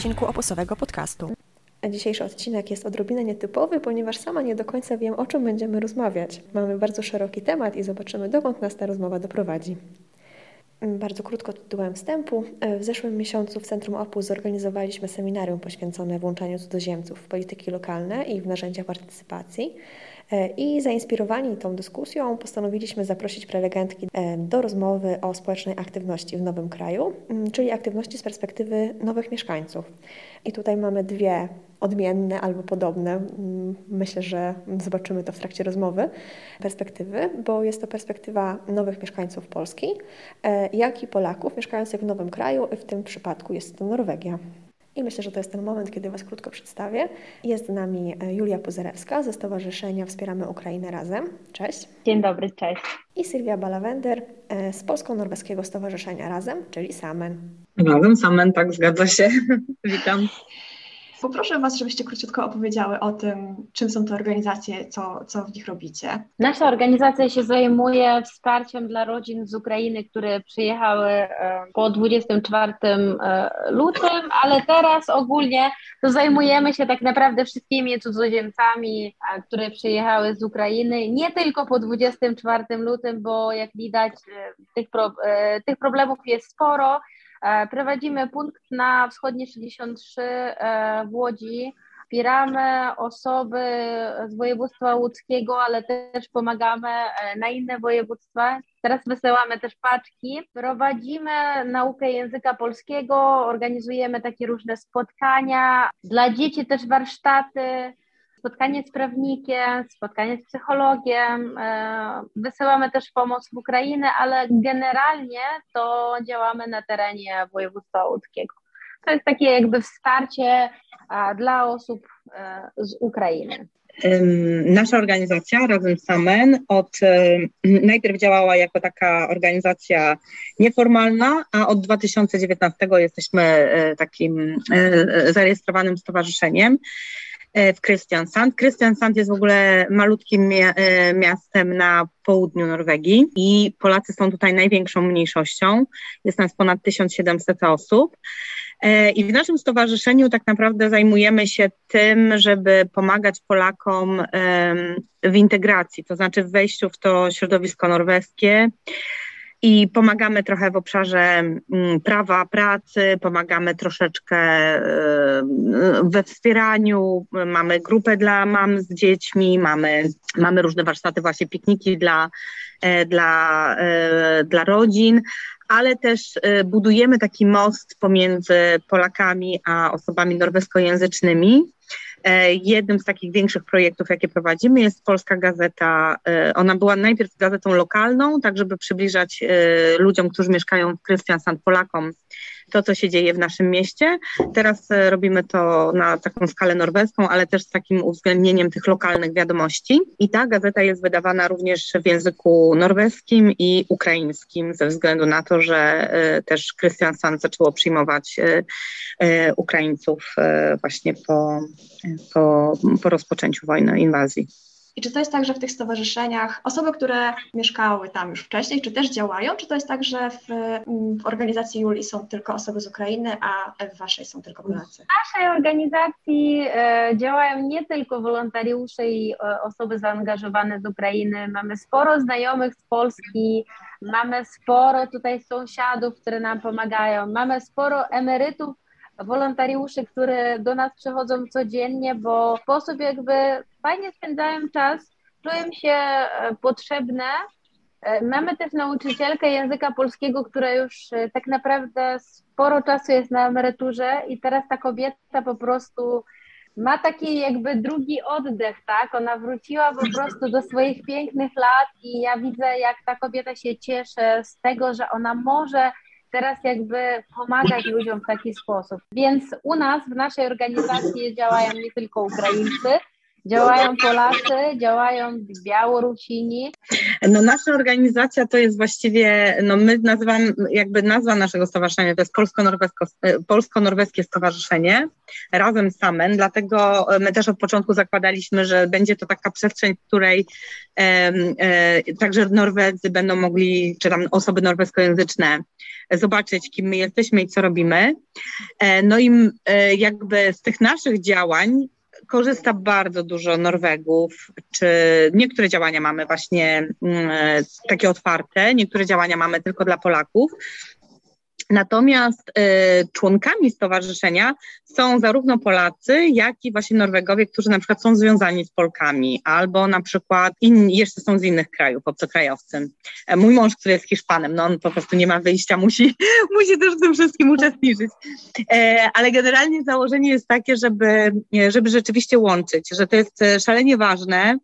odcinku opusowego podcastu. Dzisiejszy odcinek jest odrobinę nietypowy, ponieważ sama nie do końca wiem, o czym będziemy rozmawiać. Mamy bardzo szeroki temat i zobaczymy, dokąd nas ta rozmowa doprowadzi. Bardzo krótko tytułem wstępu. W zeszłym miesiącu w Centrum Opus zorganizowaliśmy seminarium poświęcone włączaniu cudzoziemców w polityki lokalne i w narzędzia partycypacji. I zainspirowani tą dyskusją postanowiliśmy zaprosić prelegentki do rozmowy o społecznej aktywności w nowym kraju, czyli aktywności z perspektywy nowych mieszkańców. I tutaj mamy dwie odmienne albo podobne, myślę, że zobaczymy to w trakcie rozmowy, perspektywy, bo jest to perspektywa nowych mieszkańców Polski, jak i Polaków mieszkających w nowym kraju, w tym przypadku jest to Norwegia. I myślę, że to jest ten moment, kiedy Was krótko przedstawię. Jest z nami Julia Puzerewska ze Stowarzyszenia Wspieramy Ukrainę Razem. Cześć. Dzień dobry, cześć. I Sylwia Balawender z Polsko-Norweskiego Stowarzyszenia Razem, czyli SAMEN. Razem, SAMEN, tak, zgadza się. Witam. Poproszę Was, żebyście króciutko opowiedziały o tym, czym są te organizacje, co w nich robicie. Nasza organizacja się zajmuje wsparciem dla rodzin z Ukrainy, które przyjechały po 24 lutym, ale teraz ogólnie to zajmujemy się tak naprawdę wszystkimi cudzoziemcami, które przyjechały z Ukrainy, nie tylko po 24 lutym, bo jak widać tych problemów jest sporo. Prowadzimy punkt na Wschodnie 63 w Łodzi. Wspieramy osoby z województwa łódzkiego, ale też pomagamy na inne województwa. Teraz wysyłamy też paczki. Prowadzimy naukę języka polskiego, organizujemy takie różne spotkania. Dla dzieci też warsztaty, spotkanie z prawnikiem, spotkanie z psychologiem. Wysyłamy też pomoc w Ukrainę, ale generalnie to działamy na terenie województwa łódzkiego. To jest takie jakby wsparcie dla osób z Ukrainy. Nasza organizacja Razem SAMEN najpierw działała jako taka organizacja nieformalna, a od 2019 jesteśmy takim zarejestrowanym stowarzyszeniem w Kristiansand. Kristiansand jest w ogóle malutkim miastem na południu Norwegii i Polacy są tutaj największą mniejszością. Jest nas ponad 1700 osób. I w naszym stowarzyszeniu tak naprawdę zajmujemy się tym, żeby pomagać Polakom w integracji, to znaczy w wejściu w to środowisko norweskie. I pomagamy trochę w obszarze prawa pracy, pomagamy troszeczkę we wspieraniu, mamy grupę dla mam z dziećmi, mamy różne warsztaty, właśnie pikniki dla rodzin, ale też budujemy taki most pomiędzy Polakami a osobami norweskojęzycznymi. Jednym z takich większych projektów, jakie prowadzimy, jest Polska Gazeta. Ona była najpierw gazetą lokalną, tak żeby przybliżać ludziom, którzy mieszkają w Kristiansand, Polakom, to, co się dzieje w naszym mieście. Teraz robimy to na taką skalę norweską, ale też z takim uwzględnieniem tych lokalnych wiadomości. I ta gazeta jest wydawana również w języku norweskim i ukraińskim, ze względu na to, że też Kristiansand zaczęło przyjmować Ukraińców właśnie po rozpoczęciu wojny, inwazji. I czy to jest tak, że w tych stowarzyszeniach osoby, które mieszkały tam już wcześniej, czy też działają, czy to jest tak, że w organizacji Julii są tylko osoby z Ukrainy, a w waszej są tylko Polacy? W naszej organizacji działają nie tylko wolontariusze i osoby zaangażowane z Ukrainy. Mamy sporo znajomych z Polski, mamy sporo tutaj sąsiadów, które nam pomagają, mamy sporo emerytów, wolontariuszy, które do nas przychodzą codziennie, bo w sposób jakby fajnie spędzają czas, czują się potrzebne. Mamy też nauczycielkę języka polskiego, która już tak naprawdę sporo czasu jest na emeryturze i teraz ta kobieta po prostu ma taki jakby drugi oddech, tak? Ona wróciła po prostu do swoich pięknych lat i ja widzę, jak ta kobieta się cieszy z tego, że ona może teraz jakby pomagać ludziom w taki sposób. Więc u nas, w naszej organizacji działają nie tylko Ukraińcy, Działają Polacy, działają Białorusini. No nasza organizacja to jest właściwie, no my nazywamy, jakby nazwa naszego stowarzyszenia to jest Polsko-Norweskie Stowarzyszenie Razem Samen, dlatego my też od początku zakładaliśmy, że będzie to taka przestrzeń, w której także Norwedzy będą mogli, czy tam osoby norweskojęzyczne zobaczyć, kim my jesteśmy i co robimy. No i jakby z tych naszych działań korzysta bardzo dużo Norwegów, czy niektóre działania mamy właśnie takie otwarte, niektóre działania mamy tylko dla Polaków. Natomiast członkami stowarzyszenia są zarówno Polacy, jak i właśnie Norwegowie, którzy na przykład są związani z Polkami, albo na przykład jeszcze są z innych krajów, obcokrajowcy. Mój mąż, który jest Hiszpanem, no on po prostu nie ma wyjścia, musi też w tym wszystkim uczestniczyć. Ale generalnie założenie jest takie, żeby rzeczywiście łączyć, że to jest szalenie ważne,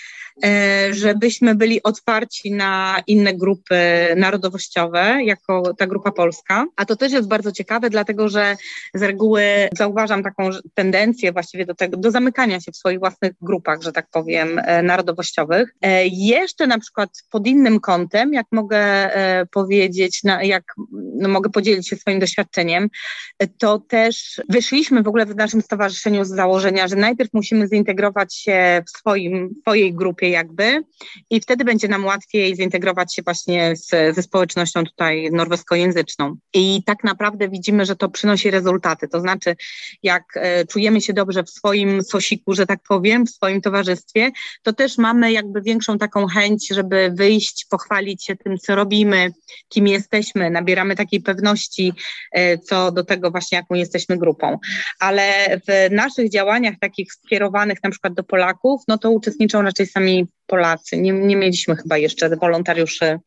żebyśmy byli otwarci na inne grupy narodowościowe, jako ta grupa polska. A to też jest bardzo ciekawe, dlatego że z reguły zauważam taką tendencję właściwie do zamykania się w swoich własnych grupach, że tak powiem, narodowościowych. Jeszcze na przykład pod innym kątem, jak mogę powiedzieć, mogę podzielić się swoim doświadczeniem, to też wyszliśmy w ogóle w naszym stowarzyszeniu z założenia, że najpierw musimy zintegrować się w swojej grupie jakby i wtedy będzie nam łatwiej zintegrować się właśnie ze społecznością tutaj norweskojęzyczną. I tak naprawdę widzimy, że to przynosi rezultaty. To znaczy, jak czujemy się dobrze w swoim sosiku, że tak powiem, w swoim towarzystwie, to też mamy jakby większą taką chęć, żeby wyjść, pochwalić się tym, co robimy, kim jesteśmy, nabieramy takiej pewności co do tego właśnie, jaką jesteśmy grupą. Ale w naszych działaniach takich skierowanych na przykład do Polaków, no to uczestniczą raczej sami Polacy. Nie mieliśmy chyba jeszcze wolontariuszy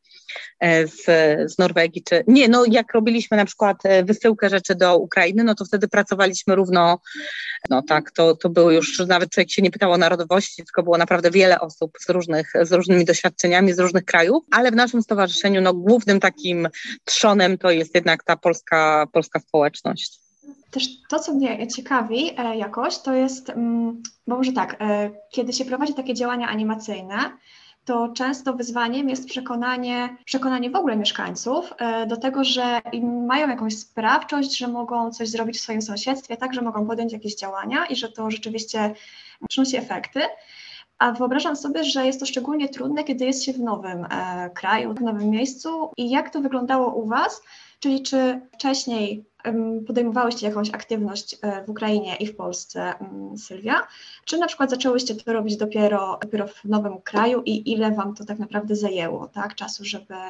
z Norwegii, czy nie, no jak robiliśmy na przykład wysyłkę rzeczy do Ukrainy, no to wtedy pracowaliśmy równo, no tak, to było już, nawet człowiek się nie pytał o narodowości, tylko było naprawdę wiele osób z różnymi doświadczeniami z różnych krajów, ale w naszym stowarzyszeniu no głównym takim trzonem to jest jednak ta polska społeczność. Też to, co mnie ciekawi jakoś, to jest, bo może tak, kiedy się prowadzi takie działania animacyjne, to często wyzwaniem jest przekonanie w ogóle mieszkańców do tego, że mają jakąś sprawczość, że mogą coś zrobić w swoim sąsiedztwie, tak, że mogą podjąć jakieś działania i że to rzeczywiście przynosi efekty. A wyobrażam sobie, że jest to szczególnie trudne, kiedy jest się w nowym kraju, w nowym miejscu. I jak to wyglądało u Was? Czyli czy wcześniej podejmowałyście jakąś aktywność w Ukrainie i w Polsce, Sylwia? Czy na przykład zaczęłyście to robić dopiero w nowym kraju i ile Wam to tak naprawdę zajęło, tak, czasu,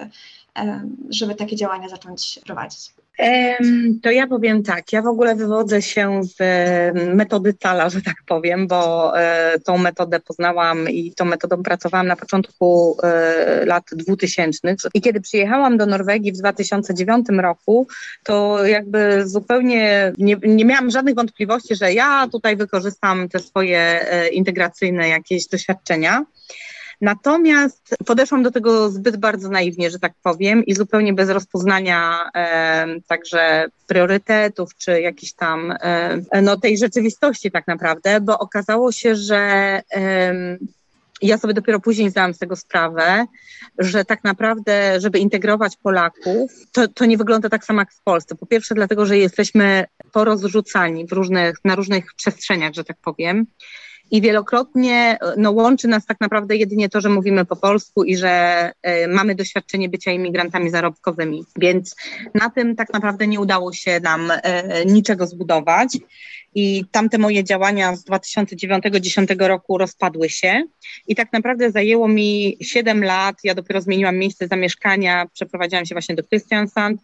żeby takie działania zacząć prowadzić? To ja powiem tak, ja w ogóle wywodzę się z metody Thala, że tak powiem, bo tą metodę poznałam i tą metodą pracowałam na początku lat 2000 i kiedy przyjechałam do Norwegii w 2009 roku, to jakby zupełnie nie miałam żadnych wątpliwości, że ja tutaj wykorzystam te swoje integracyjne jakieś doświadczenia. Natomiast podeszłam do tego zbyt bardzo naiwnie, że tak powiem, i zupełnie bez rozpoznania także priorytetów, czy jakiejś tam tej rzeczywistości tak naprawdę, bo okazało się, że ja sobie dopiero później zdałam z tego sprawę, że tak naprawdę, żeby integrować Polaków, to nie wygląda tak samo jak w Polsce. Po pierwsze dlatego, że jesteśmy porozrzucani na różnych przestrzeniach, że tak powiem. I wielokrotnie łączy nas tak naprawdę jedynie to, że mówimy po polsku i że mamy doświadczenie bycia imigrantami zarobkowymi. Więc na tym tak naprawdę nie udało się nam niczego zbudować. I tamte moje działania z 2009-2010 roku rozpadły się. I tak naprawdę zajęło mi 7 lat. Ja dopiero zmieniłam miejsce zamieszkania, przeprowadziłam się właśnie do Kristiansand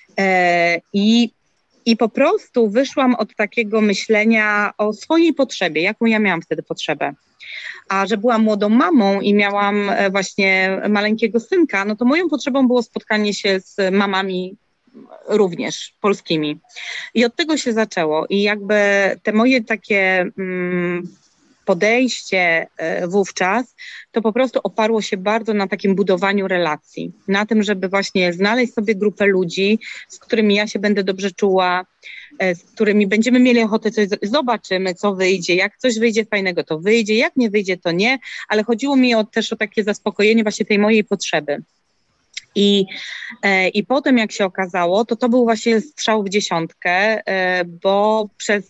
i po prostu wyszłam od takiego myślenia o swojej potrzebie, jaką ja miałam wtedy potrzebę. A że byłam młodą mamą i miałam właśnie maleńkiego synka, no to moją potrzebą było spotkanie się z mamami również polskimi. I od tego się zaczęło. I jakby te moje takie podejście wówczas, to po prostu oparło się bardzo na takim budowaniu relacji. Na tym, żeby właśnie znaleźć sobie grupę ludzi, z którymi ja się będę dobrze czuła, z którymi będziemy mieli ochotę coś zobaczymy, co wyjdzie, jak coś wyjdzie fajnego, to wyjdzie, jak nie wyjdzie, to nie, ale chodziło mi też o takie zaspokojenie właśnie tej mojej potrzeby. I potem jak się okazało, to był właśnie strzał w dziesiątkę, bo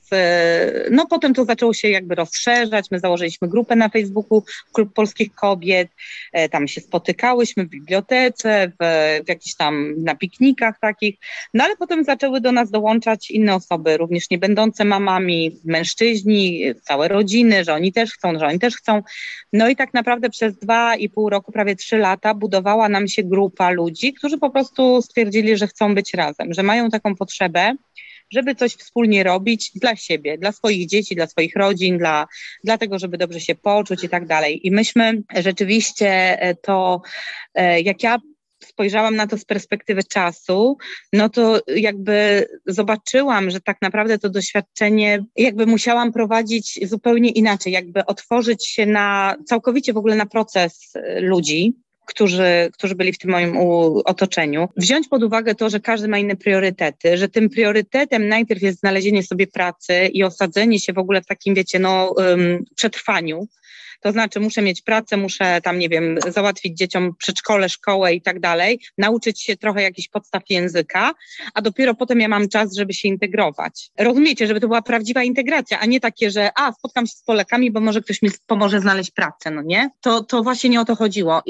no potem to zaczęło się jakby rozszerzać, my założyliśmy grupę na Facebooku, Klub Polskich Kobiet, tam się spotykałyśmy w bibliotece, w jakichś tam na piknikach takich, no ale potem zaczęły do nas dołączać inne osoby, również nie będące mamami, mężczyźni, całe rodziny, że oni też chcą, no i tak naprawdę przez 2,5 roku, prawie 3 lata budowała nam się grupa ludzi, którzy po prostu stwierdzili, że chcą być razem, że mają taką potrzebę, żeby coś wspólnie robić dla siebie, dla swoich dzieci, dla swoich rodzin, dla tego, żeby dobrze się poczuć i tak dalej. I myśmy rzeczywiście to, jak ja spojrzałam na to z perspektywy czasu, no to jakby zobaczyłam, że tak naprawdę to doświadczenie jakby musiałam prowadzić zupełnie inaczej, jakby otworzyć się całkowicie w ogóle na proces ludzi, którzy byli w tym moim otoczeniu. Wziąć pod uwagę to, że każdy ma inne priorytety, że tym priorytetem najpierw jest znalezienie sobie pracy i osadzenie się w ogóle w takim, wiecie, przetrwaniu. To znaczy muszę mieć pracę, muszę tam, nie wiem, załatwić dzieciom przedszkole, szkołę i tak dalej, nauczyć się trochę jakichś podstaw języka, a dopiero potem ja mam czas, żeby się integrować. Rozumiecie, żeby to była prawdziwa integracja, a nie takie, że spotkam się z Polakami, bo może ktoś mi pomoże znaleźć pracę, no nie? To właśnie nie o to chodziło.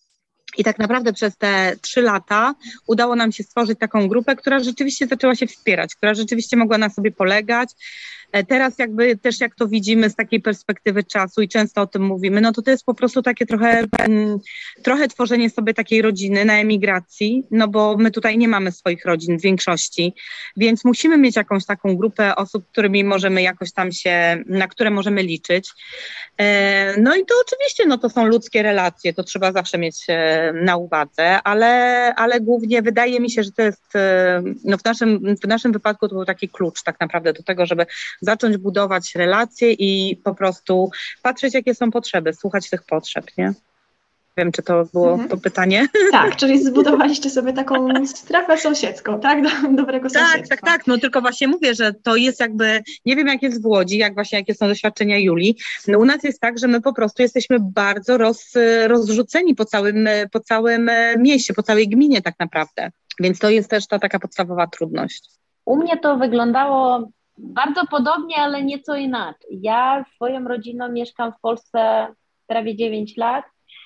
I tak naprawdę przez te 3 lata udało nam się stworzyć taką grupę, która rzeczywiście zaczęła się wspierać, która rzeczywiście mogła na sobie polegać. Teraz jakby też jak to widzimy z takiej perspektywy czasu i często o tym mówimy, no to jest po prostu takie trochę tworzenie sobie takiej rodziny na emigracji, no bo my tutaj nie mamy swoich rodzin w większości, więc musimy mieć jakąś taką grupę osób, którymi możemy jakoś tam na które możemy liczyć. No i to oczywiście, no to są ludzkie relacje, to trzeba zawsze mieć na uwadze, ale głównie wydaje mi się, że to jest, no w naszym wypadku to był taki klucz tak naprawdę do tego, żeby zacząć budować relacje i po prostu patrzeć, jakie są potrzeby, słuchać tych potrzeb, nie? Nie wiem, czy to było to pytanie. Tak, czyli zbudowaliście sobie taką strefę sąsiedzką, tak? Dobrego sąsiedztwa. Tak, no tylko właśnie mówię, że to jest jakby, nie wiem jak jest w Łodzi, jakie są doświadczenia Julii, no u nas jest tak, że my po prostu jesteśmy bardzo rozrzuceni po całym mieście, po całej gminie tak naprawdę, więc to jest też ta taka podstawowa trudność. U mnie to wyglądało bardzo podobnie, ale nieco inaczej. Ja swoją rodziną mieszkam w Polsce prawie 9 lat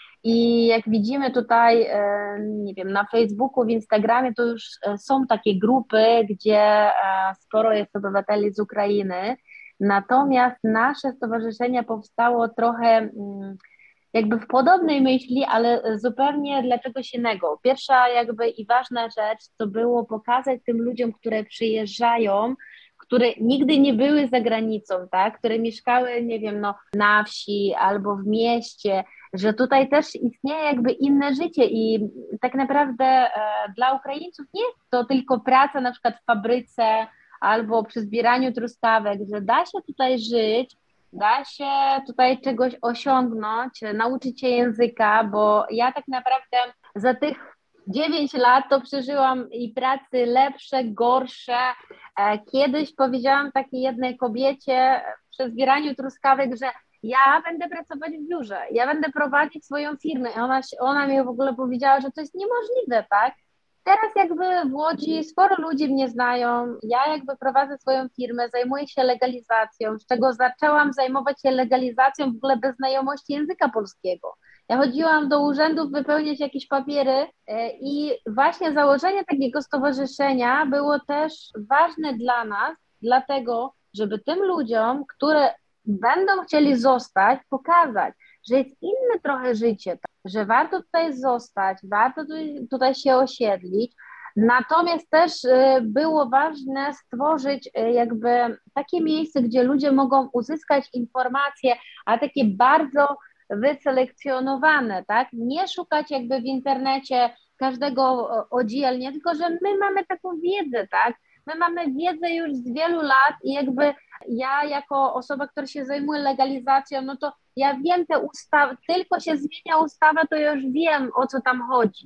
i jak widzimy tutaj, nie wiem, na Facebooku, w Instagramie, to już są takie grupy, gdzie sporo jest obywateli z Ukrainy, natomiast nasze stowarzyszenie powstało trochę jakby w podobnej myśli, ale zupełnie dla czegoś innego. Pierwsza jakby i ważna rzecz to było pokazać tym ludziom, które przyjeżdżają, które nigdy nie były za granicą, tak, które mieszkały, nie wiem, no, na wsi albo w mieście, że tutaj też istnieje jakby inne życie i tak naprawdę dla Ukraińców nie jest to tylko praca na przykład w fabryce albo przy zbieraniu truskawek, że da się tutaj żyć, da się tutaj czegoś osiągnąć, nauczyć się języka, bo ja tak naprawdę za tych 9 lat to przeżyłam i pracy lepsze, gorsze. Kiedyś powiedziałam takiej jednej kobiecie przy zbieraniu truskawek, że ja będę pracować w biurze, ja będę prowadzić swoją firmę. I ona mi w ogóle powiedziała, że to jest niemożliwe, tak? Teraz jakby w Łodzi sporo ludzi mnie znają, ja jakby prowadzę swoją firmę, zajmuję się legalizacją, z czego zaczęłam zajmować się legalizacją w ogóle bez znajomości języka polskiego. Ja chodziłam do urzędów wypełniać jakieś papiery i właśnie założenie takiego stowarzyszenia było też ważne dla nas, dlatego, żeby tym ludziom, które będą chcieli zostać, pokazać, że jest inne trochę życie, że warto tutaj zostać, warto tutaj się osiedlić. Natomiast też było ważne stworzyć jakby takie miejsce, gdzie ludzie mogą uzyskać informacje, a takie bardzo wyselekcjonowane, tak? Nie szukać jakby w internecie każdego oddzielnie, tylko że my mamy taką wiedzę, tak? My mamy wiedzę już z wielu lat i jakby ja jako osoba, która się zajmuje legalizacją, no to ja wiem te ustawy, tylko się zmienia ustawa, to ja już wiem, o co tam chodzi.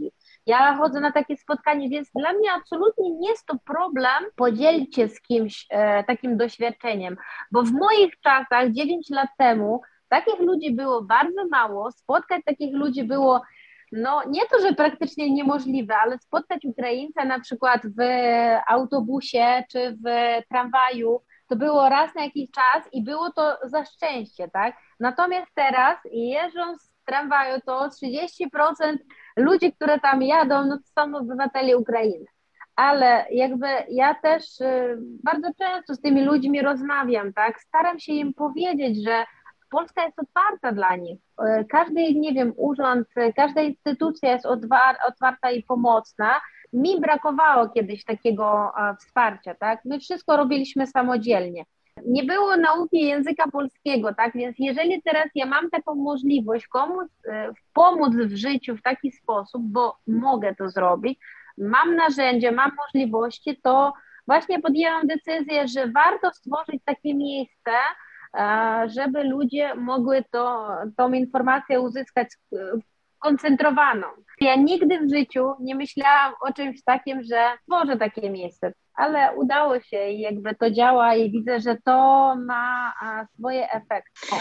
Ja chodzę na takie spotkanie, więc dla mnie absolutnie nie jest to problem podzielić się z kimś takim doświadczeniem, bo w moich czasach, 9 lat temu, takich ludzi było bardzo mało, spotkać takich ludzi było, no nie to, że praktycznie niemożliwe, ale spotkać Ukraińca na przykład w autobusie czy w tramwaju, to było raz na jakiś czas i było to za szczęście, tak? Natomiast teraz jeżdżąc w tramwaju, to 30% ludzi, które tam jadą, no to są obywateli Ukrainy. Ale jakby ja też bardzo często z tymi ludźmi rozmawiam, tak? Staram się im powiedzieć, że Polska jest otwarta dla nich. Każdy, nie wiem, urząd, każda instytucja jest otwarta i pomocna. Mi brakowało kiedyś takiego wsparcia, tak? My wszystko robiliśmy samodzielnie. Nie było nauki języka polskiego, tak? Więc jeżeli teraz ja mam taką możliwość komuś pomóc w życiu w taki sposób, bo mogę to zrobić, mam narzędzie, mam możliwości, to właśnie podjęłam decyzję, że warto stworzyć takie miejsce, żeby ludzie mogły tą informację uzyskać koncentrowaną. Ja nigdy w życiu nie myślałam o czymś takim, że tworzę takie miejsce, ale udało się i jakby to działa i widzę, że to ma swoje efekty.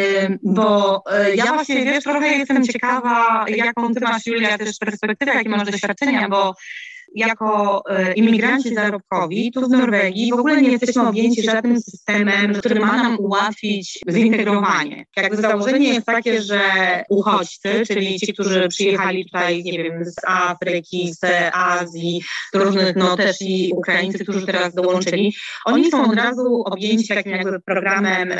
Ja właśnie, wiesz, trochę jestem ciekawa, jaką ty masz, Julia, też perspektywę, jakie masz doświadczenia, bo jako imigranci zarobkowi tu w Norwegii w ogóle nie jesteśmy objęci żadnym systemem, który ma nam ułatwić zintegrowanie. Jakby założenie jest takie, że uchodźcy, czyli ci, którzy przyjechali tutaj, nie wiem, z Afryki, z Azji, z różnych, no też i Ukraińcy, którzy teraz dołączyli, oni są od razu objęci takim jakby programem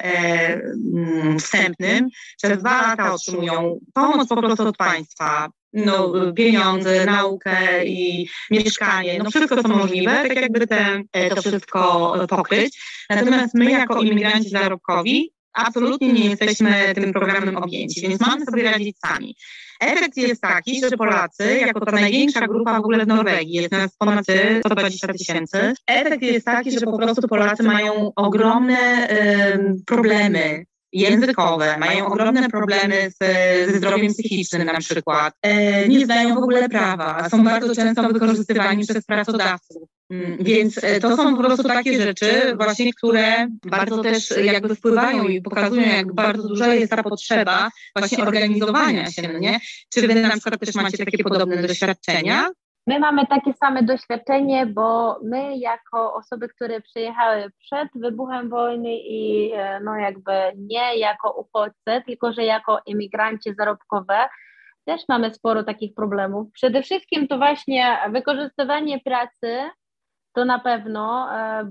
wstępnym. Przez 2 lata otrzymują pomoc po prostu od państwa. No, pieniądze, naukę i mieszkanie, no wszystko co możliwe, tak jakby to wszystko pokryć. Natomiast my jako imigranci zarobkowi absolutnie nie jesteśmy tym programem objęci, więc mamy sobie radzić sami. Efekt jest taki, że Polacy, jako ta największa grupa w ogóle w Norwegii, jest nas ponad 120 000, efekt jest taki, że po prostu Polacy mają ogromne problemy językowe, mają ogromne problemy ze zdrowiem psychicznym na przykład, nie znają w ogóle prawa, są bardzo często wykorzystywani przez pracodawców. Więc to są po prostu takie rzeczy właśnie, które bardzo też jakby wpływają i pokazują, jak bardzo duża jest ta potrzeba właśnie organizowania się, no nie? Czy wy na przykład też macie takie podobne doświadczenia? My mamy takie same doświadczenie, bo my jako osoby, które przyjechały przed wybuchem wojny i no jakby nie jako uchodźcy, tylko że jako imigranci zarobkowe, też mamy sporo takich problemów. Przede wszystkim to właśnie wykorzystywanie pracy, to na pewno,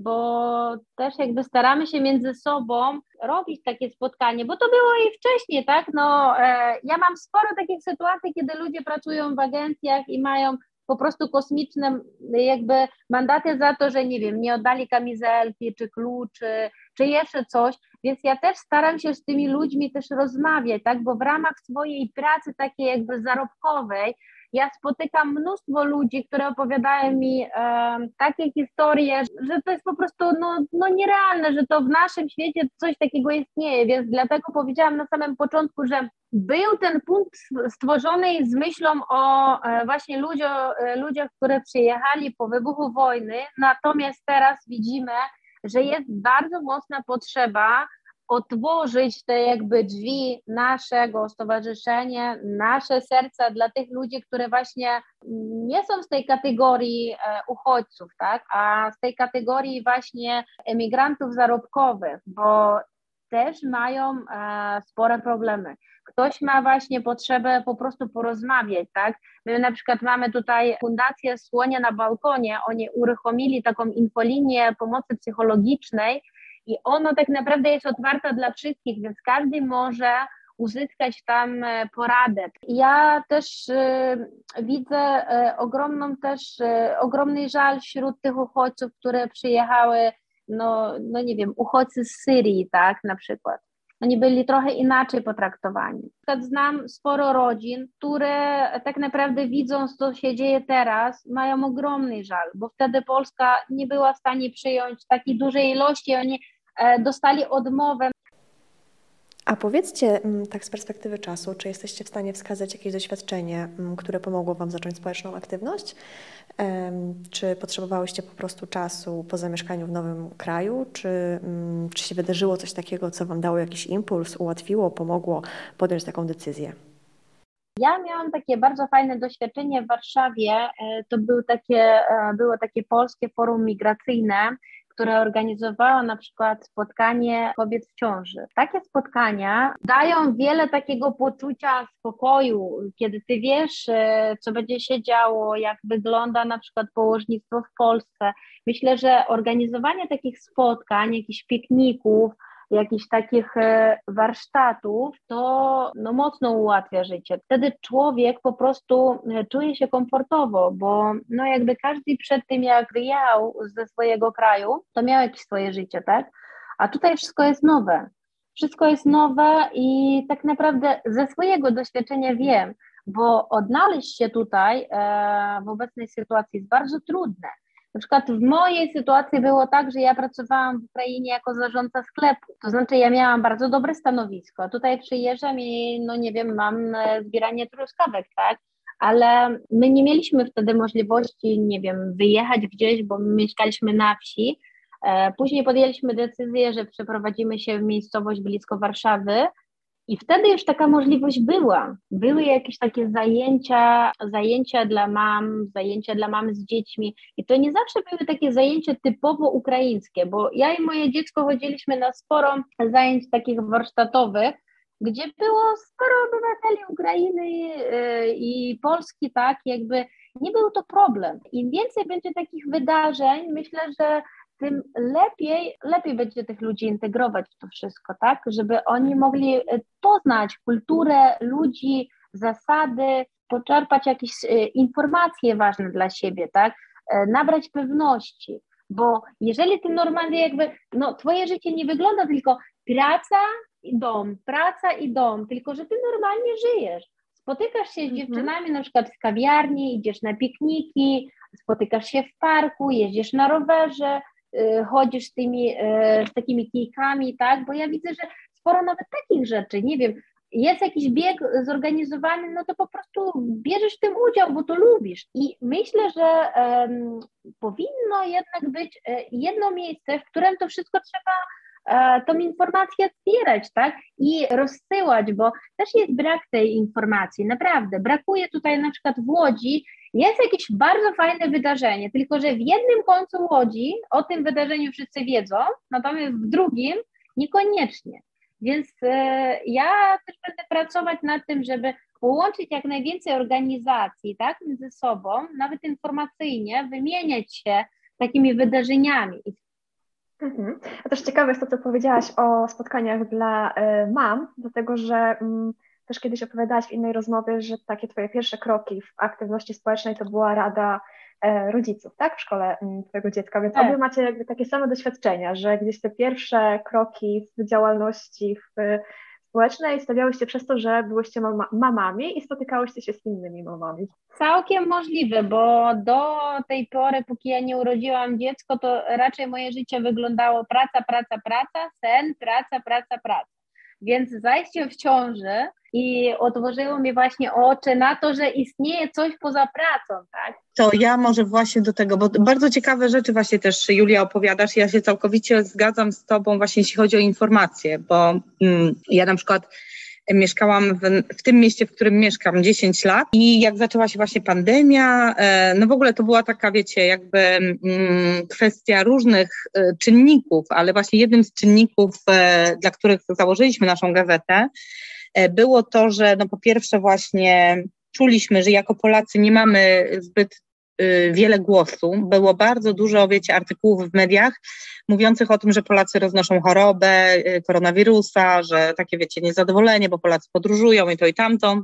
bo też jakby staramy się między sobą robić takie spotkanie, bo to było i wcześniej, tak? No, ja mam sporo takich sytuacji, kiedy ludzie pracują w agencjach i mają po prostu kosmiczne jakby mandaty za to, że nie wiem, nie oddali kamizelki, czy kluczy, czy jeszcze coś, więc ja też staram się z tymi ludźmi też rozmawiać, tak, bo w ramach swojej pracy takiej jakby zarobkowej ja spotykam mnóstwo ludzi, które opowiadają mi takie historie, że to jest po prostu no nierealne, że to w naszym świecie coś takiego istnieje, więc dlatego powiedziałam na samym początku, że był ten punkt stworzony z myślą o właśnie ludziach, które przyjechali po wybuchu wojny, natomiast teraz widzimy, że jest bardzo mocna potrzeba otworzyć te jakby drzwi naszego stowarzyszenia, nasze serca dla tych ludzi, które właśnie nie są z tej kategorii uchodźców, tak, a z tej kategorii właśnie emigrantów zarobkowych, bo też mają spore problemy. Ktoś ma właśnie potrzebę po prostu porozmawiać, tak? My na przykład mamy tutaj Fundację Słonia na Balkonie, oni uruchomili taką infolinię pomocy psychologicznej i ona tak naprawdę jest otwarta dla wszystkich, więc każdy może uzyskać tam poradę. Ja też widzę ogromny żal wśród tych uchodźców, które przyjechały, no nie wiem, uchodźcy z Syrii, tak, na przykład. Oni byli trochę inaczej potraktowani. Znam sporo rodzin, które tak naprawdę widząc, co się dzieje teraz, mają ogromny żal, bo wtedy Polska nie była w stanie przyjąć takiej dużej ilości, oni dostali odmowę. A powiedzcie tak z perspektywy czasu, czy jesteście w stanie wskazać jakieś doświadczenie, które pomogło Wam zacząć społeczną aktywność? Czy potrzebowałyście po prostu czasu po zamieszkaniu w nowym kraju? Czy się wydarzyło coś takiego, co Wam dało jakiś impuls, ułatwiło, pomogło podjąć taką decyzję? Ja miałam takie bardzo fajne doświadczenie w Warszawie. To było takie polskie forum migracyjne, które organizowało na przykład spotkanie kobiet w ciąży. Takie spotkania dają wiele takiego poczucia spokoju, kiedy ty wiesz, co będzie się działo, jak wygląda na przykład położnictwo w Polsce. Myślę, że organizowanie takich spotkań, jakichś pikników, jakichś takich warsztatów, to mocno ułatwia życie. Wtedy człowiek po prostu czuje się komfortowo, bo jakby każdy przed tym, jak wyjechał ze swojego kraju, to miał jakieś swoje życie, tak? A tutaj wszystko jest nowe. Wszystko jest nowe i tak naprawdę ze swojego doświadczenia wiem, bo odnaleźć się tutaj w obecnej sytuacji jest bardzo trudne. Na przykład w mojej sytuacji było tak, że ja pracowałam w Ukrainie jako zarządca sklepu, to znaczy ja miałam bardzo dobre stanowisko, tutaj przyjeżdżam i nie wiem, mam zbieranie truskawek, tak? Ale my nie mieliśmy wtedy możliwości, nie wiem, wyjechać gdzieś, bo my mieszkaliśmy na wsi. Później podjęliśmy decyzję, że przeprowadzimy się w miejscowość blisko Warszawy. I wtedy już taka możliwość była. Były jakieś takie zajęcia dla mam z dziećmi i to nie zawsze były takie zajęcia typowo ukraińskie, bo ja i moje dziecko chodziliśmy na sporo zajęć takich warsztatowych, gdzie było sporo obywateli Ukrainy i Polski, tak, jakby nie był to problem. Im więcej będzie takich wydarzeń, myślę, że tym lepiej będzie tych ludzi integrować w to wszystko, tak? Żeby oni mogli poznać kulturę ludzi, zasady, poczerpać jakieś informacje ważne dla siebie, tak? Nabrać pewności, bo jeżeli ty normalnie jakby, twoje życie nie wygląda tylko praca i dom, tylko że ty normalnie żyjesz. Spotykasz się z dziewczynami na przykład w kawiarni, idziesz na pikniki, spotykasz się w parku, jeździsz na rowerze, chodzisz z takimi kijkami, tak, bo ja widzę, że sporo nawet takich rzeczy, nie wiem, jest jakiś bieg zorganizowany, to po prostu bierzesz w tym udział, bo to lubisz i myślę, że powinno jednak być jedno miejsce, w którym to wszystko trzeba tą informację zbierać, tak, i rozsyłać, bo też jest brak tej informacji, naprawdę, brakuje tutaj na przykład w Łodzi, jest jakieś bardzo fajne wydarzenie, tylko że w jednym końcu Łodzi o tym wydarzeniu wszyscy wiedzą, natomiast w drugim niekoniecznie, więc ja też będę pracować nad tym, żeby połączyć jak najwięcej organizacji, tak, między sobą, nawet informacyjnie, wymieniać się takimi wydarzeniami. A też ciekawe jest to, co powiedziałaś o spotkaniach dla mam, dlatego że też kiedyś opowiadałaś w innej rozmowie, że takie twoje pierwsze kroki w aktywności społecznej to była rada rodziców, tak, w szkole twojego dziecka, więc obie macie jakby takie same doświadczenia, że gdzieś te pierwsze kroki w działalności społecznej stawiałyście przez to, że byłyście mamami i spotykałyście się z innymi mamami. Całkiem możliwe, bo do tej pory, póki ja nie urodziłam dziecko, to raczej moje życie wyglądało praca, sen, praca. Więc zajście w ciąży i otworzyło mi właśnie oczy na to, że istnieje coś poza pracą, tak? To ja może właśnie do tego, bo bardzo ciekawe rzeczy właśnie też, Julia, opowiadasz. Ja się całkowicie zgadzam z tobą właśnie, jeśli chodzi o informacje, bo ja na przykład mieszkałam w tym mieście, w którym mieszkam 10 lat i jak zaczęła się właśnie pandemia, w ogóle to była taka, wiecie, jakby kwestia różnych czynników, ale właśnie jednym z czynników, dla których założyliśmy naszą gazetę, było to, że po pierwsze właśnie czuliśmy, że jako Polacy nie mamy zbyt wiele głosu. Było bardzo dużo, wiecie, artykułów w mediach mówiących o tym, że Polacy roznoszą chorobę, koronawirusa, że takie, wiecie, niezadowolenie, bo Polacy podróżują i to i tamto.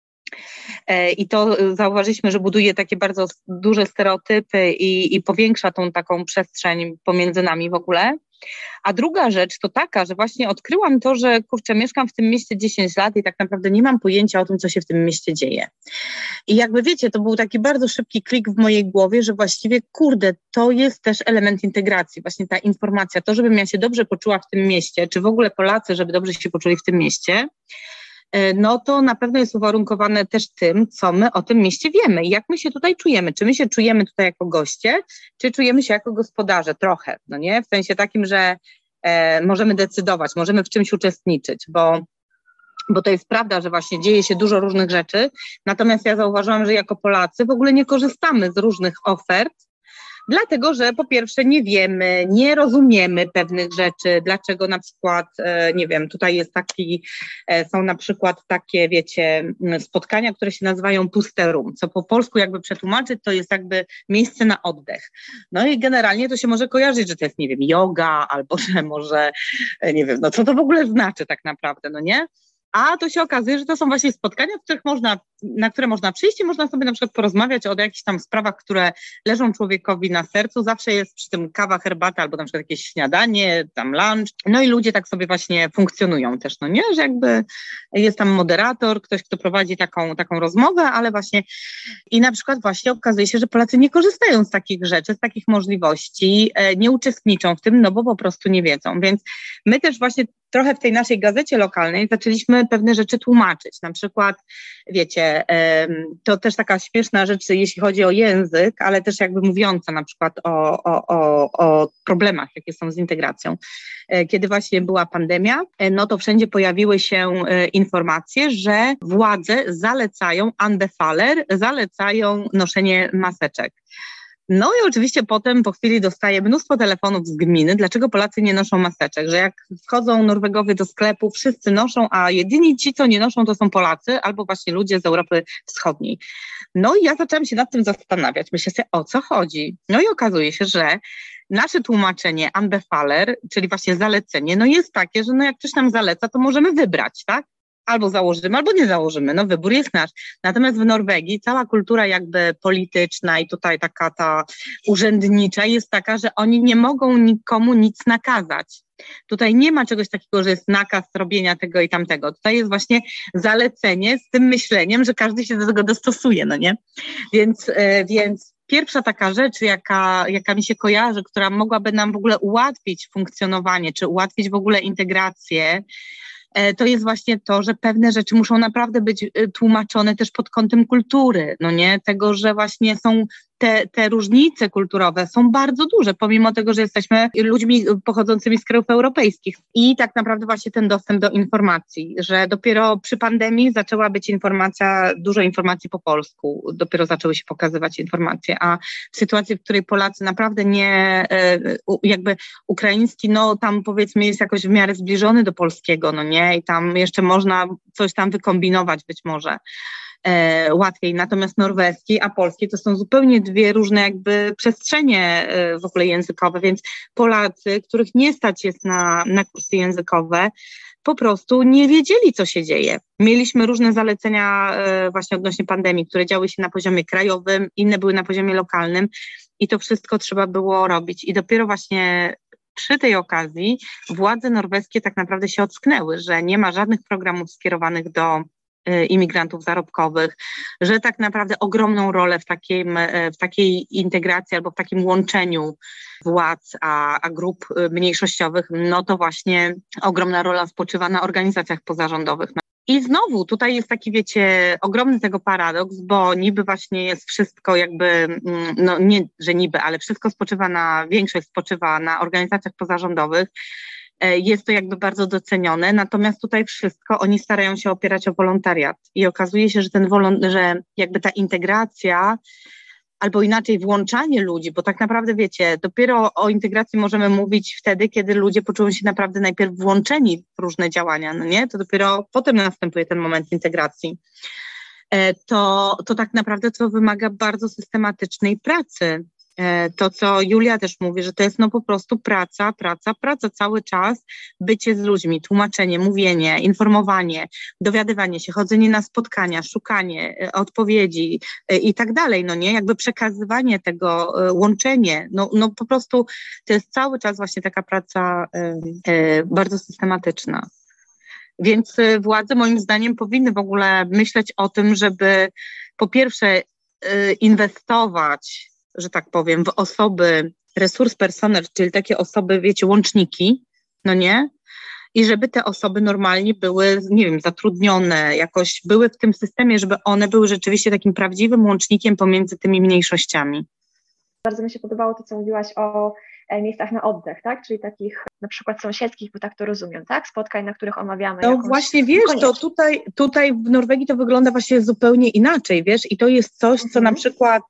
I to zauważyliśmy, że buduje takie bardzo duże stereotypy i powiększa tą taką przestrzeń pomiędzy nami w ogóle. A druga rzecz to taka, że właśnie odkryłam to, że kurczę, mieszkam w tym mieście 10 lat i tak naprawdę nie mam pojęcia o tym, co się w tym mieście dzieje. I jakby wiecie, to był taki bardzo szybki klik w mojej głowie, że właściwie kurde, to jest też element integracji, właśnie ta informacja, to żebym ja się dobrze poczuła w tym mieście, czy w ogóle Polacy, żeby dobrze się poczuli w tym mieście, no to na pewno jest uwarunkowane też tym, co my o tym mieście wiemy i jak my się tutaj czujemy. Czy my się czujemy tutaj jako goście, czy czujemy się jako gospodarze trochę, no nie? W sensie takim, że możemy decydować, możemy w czymś uczestniczyć, bo to jest prawda, że właśnie dzieje się dużo różnych rzeczy, natomiast ja zauważyłam, że jako Polacy w ogóle nie korzystamy z różnych ofert, dlatego, że po pierwsze nie wiemy, nie rozumiemy pewnych rzeczy, dlaczego na przykład, nie wiem, tutaj jest są na przykład takie, wiecie, spotkania, które się nazywają pusterum, co po polsku jakby przetłumaczyć, to jest jakby miejsce na oddech. No i generalnie to się może kojarzyć, że to jest, nie wiem, yoga, albo że może, nie wiem, no co to w ogóle znaczy tak naprawdę, no nie? A to się okazuje, że to są właśnie spotkania, na które można przyjść i można sobie na przykład porozmawiać o jakichś tam sprawach, które leżą człowiekowi na sercu. Zawsze jest przy tym kawa, herbata albo na przykład jakieś śniadanie, tam lunch. No i ludzie tak sobie właśnie funkcjonują też, no nie? Że jakby jest tam moderator, ktoś, kto prowadzi taką rozmowę, ale właśnie i na przykład właśnie okazuje się, że Polacy nie korzystają z takich rzeczy, z takich możliwości, nie uczestniczą w tym, no bo po prostu nie wiedzą. Więc my też właśnie trochę w tej naszej gazecie lokalnej zaczęliśmy pewne rzeczy tłumaczyć. Na przykład, wiecie, to też taka śmieszna rzecz, jeśli chodzi o język, ale też jakby mówiąca na przykład o problemach, jakie są z integracją. Kiedy właśnie była pandemia, no to wszędzie pojawiły się informacje, że władze zalecają anbefaler, zalecają noszenie maseczek. No i oczywiście potem po chwili dostaję mnóstwo telefonów z gminy, dlaczego Polacy nie noszą maseczek, że jak wchodzą Norwegowie do sklepu, wszyscy noszą, a jedyni ci, co nie noszą, to są Polacy albo właśnie ludzie z Europy Wschodniej. No i ja zaczęłam się nad tym zastanawiać, myślę sobie, o co chodzi? No i okazuje się, że nasze tłumaczenie anbefaler, czyli właśnie zalecenie, no jest takie, że no jak ktoś nam zaleca, to możemy wybrać, tak? Albo założymy, albo nie założymy, no wybór jest nasz. Natomiast w Norwegii cała kultura jakby polityczna i tutaj taka ta urzędnicza jest taka, że oni nie mogą nikomu nic nakazać. Tutaj nie ma czegoś takiego, że jest nakaz robienia tego i tamtego. Tutaj jest właśnie zalecenie z tym myśleniem, że każdy się do tego dostosuje, no nie? Więc pierwsza taka rzecz, jaka mi się kojarzy, która mogłaby nam w ogóle ułatwić funkcjonowanie, czy ułatwić w ogóle integrację, to jest właśnie to, że pewne rzeczy muszą naprawdę być tłumaczone też pod kątem kultury, no nie? Tego, że właśnie są te różnice kulturowe są bardzo duże, pomimo tego, że jesteśmy ludźmi pochodzącymi z krajów europejskich. I tak naprawdę właśnie ten dostęp do informacji, że dopiero przy pandemii zaczęła być dużo informacji po polsku, dopiero zaczęły się pokazywać informacje, a w sytuacji, w której Polacy naprawdę nie, jakby ukraiński, no tam powiedzmy jest jakoś w miarę zbliżony do polskiego, no nie? I tam jeszcze można coś tam wykombinować być może. Łatwiej, natomiast norweski, a polski to są zupełnie dwie różne jakby przestrzenie w ogóle językowe, więc Polacy, których nie stać jest na kursy językowe, po prostu nie wiedzieli, co się dzieje. Mieliśmy różne zalecenia właśnie odnośnie pandemii, które działy się na poziomie krajowym, inne były na poziomie lokalnym i to wszystko trzeba było robić i dopiero właśnie przy tej okazji władze norweskie tak naprawdę się ocknęły, że nie ma żadnych programów skierowanych do imigrantów zarobkowych, że tak naprawdę ogromną rolę w takiej integracji albo w takim łączeniu władz a grup mniejszościowych, no to właśnie ogromna rola spoczywa na organizacjach pozarządowych. I znowu tutaj jest taki, wiecie, ogromny tego paradoks, bo niby właśnie jest wszystko jakby, no nie, że niby, ale wszystko większość spoczywa na organizacjach pozarządowych. Jest to jakby bardzo docenione, natomiast tutaj wszystko oni starają się opierać o wolontariat i okazuje się, że że jakby ta integracja albo inaczej włączanie ludzi, bo tak naprawdę wiecie, dopiero o integracji możemy mówić wtedy, kiedy ludzie poczują się naprawdę najpierw włączeni w różne działania, no nie? To dopiero potem następuje ten moment integracji. To tak naprawdę to wymaga bardzo systematycznej pracy To, co Julia też mówi, że to jest no po prostu praca cały czas, bycie z ludźmi, tłumaczenie, mówienie, informowanie, dowiadywanie się, chodzenie na spotkania, szukanie odpowiedzi i tak dalej, no nie, jakby przekazywanie tego, łączenie, no po prostu to jest cały czas właśnie taka praca bardzo systematyczna. Więc władze moim zdaniem powinny w ogóle myśleć o tym, żeby po pierwsze inwestować, że tak powiem, w osoby, resurs personel, czyli takie osoby, wiecie, łączniki, no nie? I żeby te osoby normalnie były, nie wiem, zatrudnione, jakoś były w tym systemie, żeby one były rzeczywiście takim prawdziwym łącznikiem pomiędzy tymi mniejszościami. Bardzo mi się podobało to, co mówiłaś o miejscach na oddech, tak? Czyli takich na przykład sąsiedzkich, bo tak to rozumiem, tak? Spotkań, na których omawiamy No jakąś właśnie, wiesz, to tutaj w Norwegii to wygląda właśnie zupełnie inaczej, wiesz, i to jest coś, co na przykład,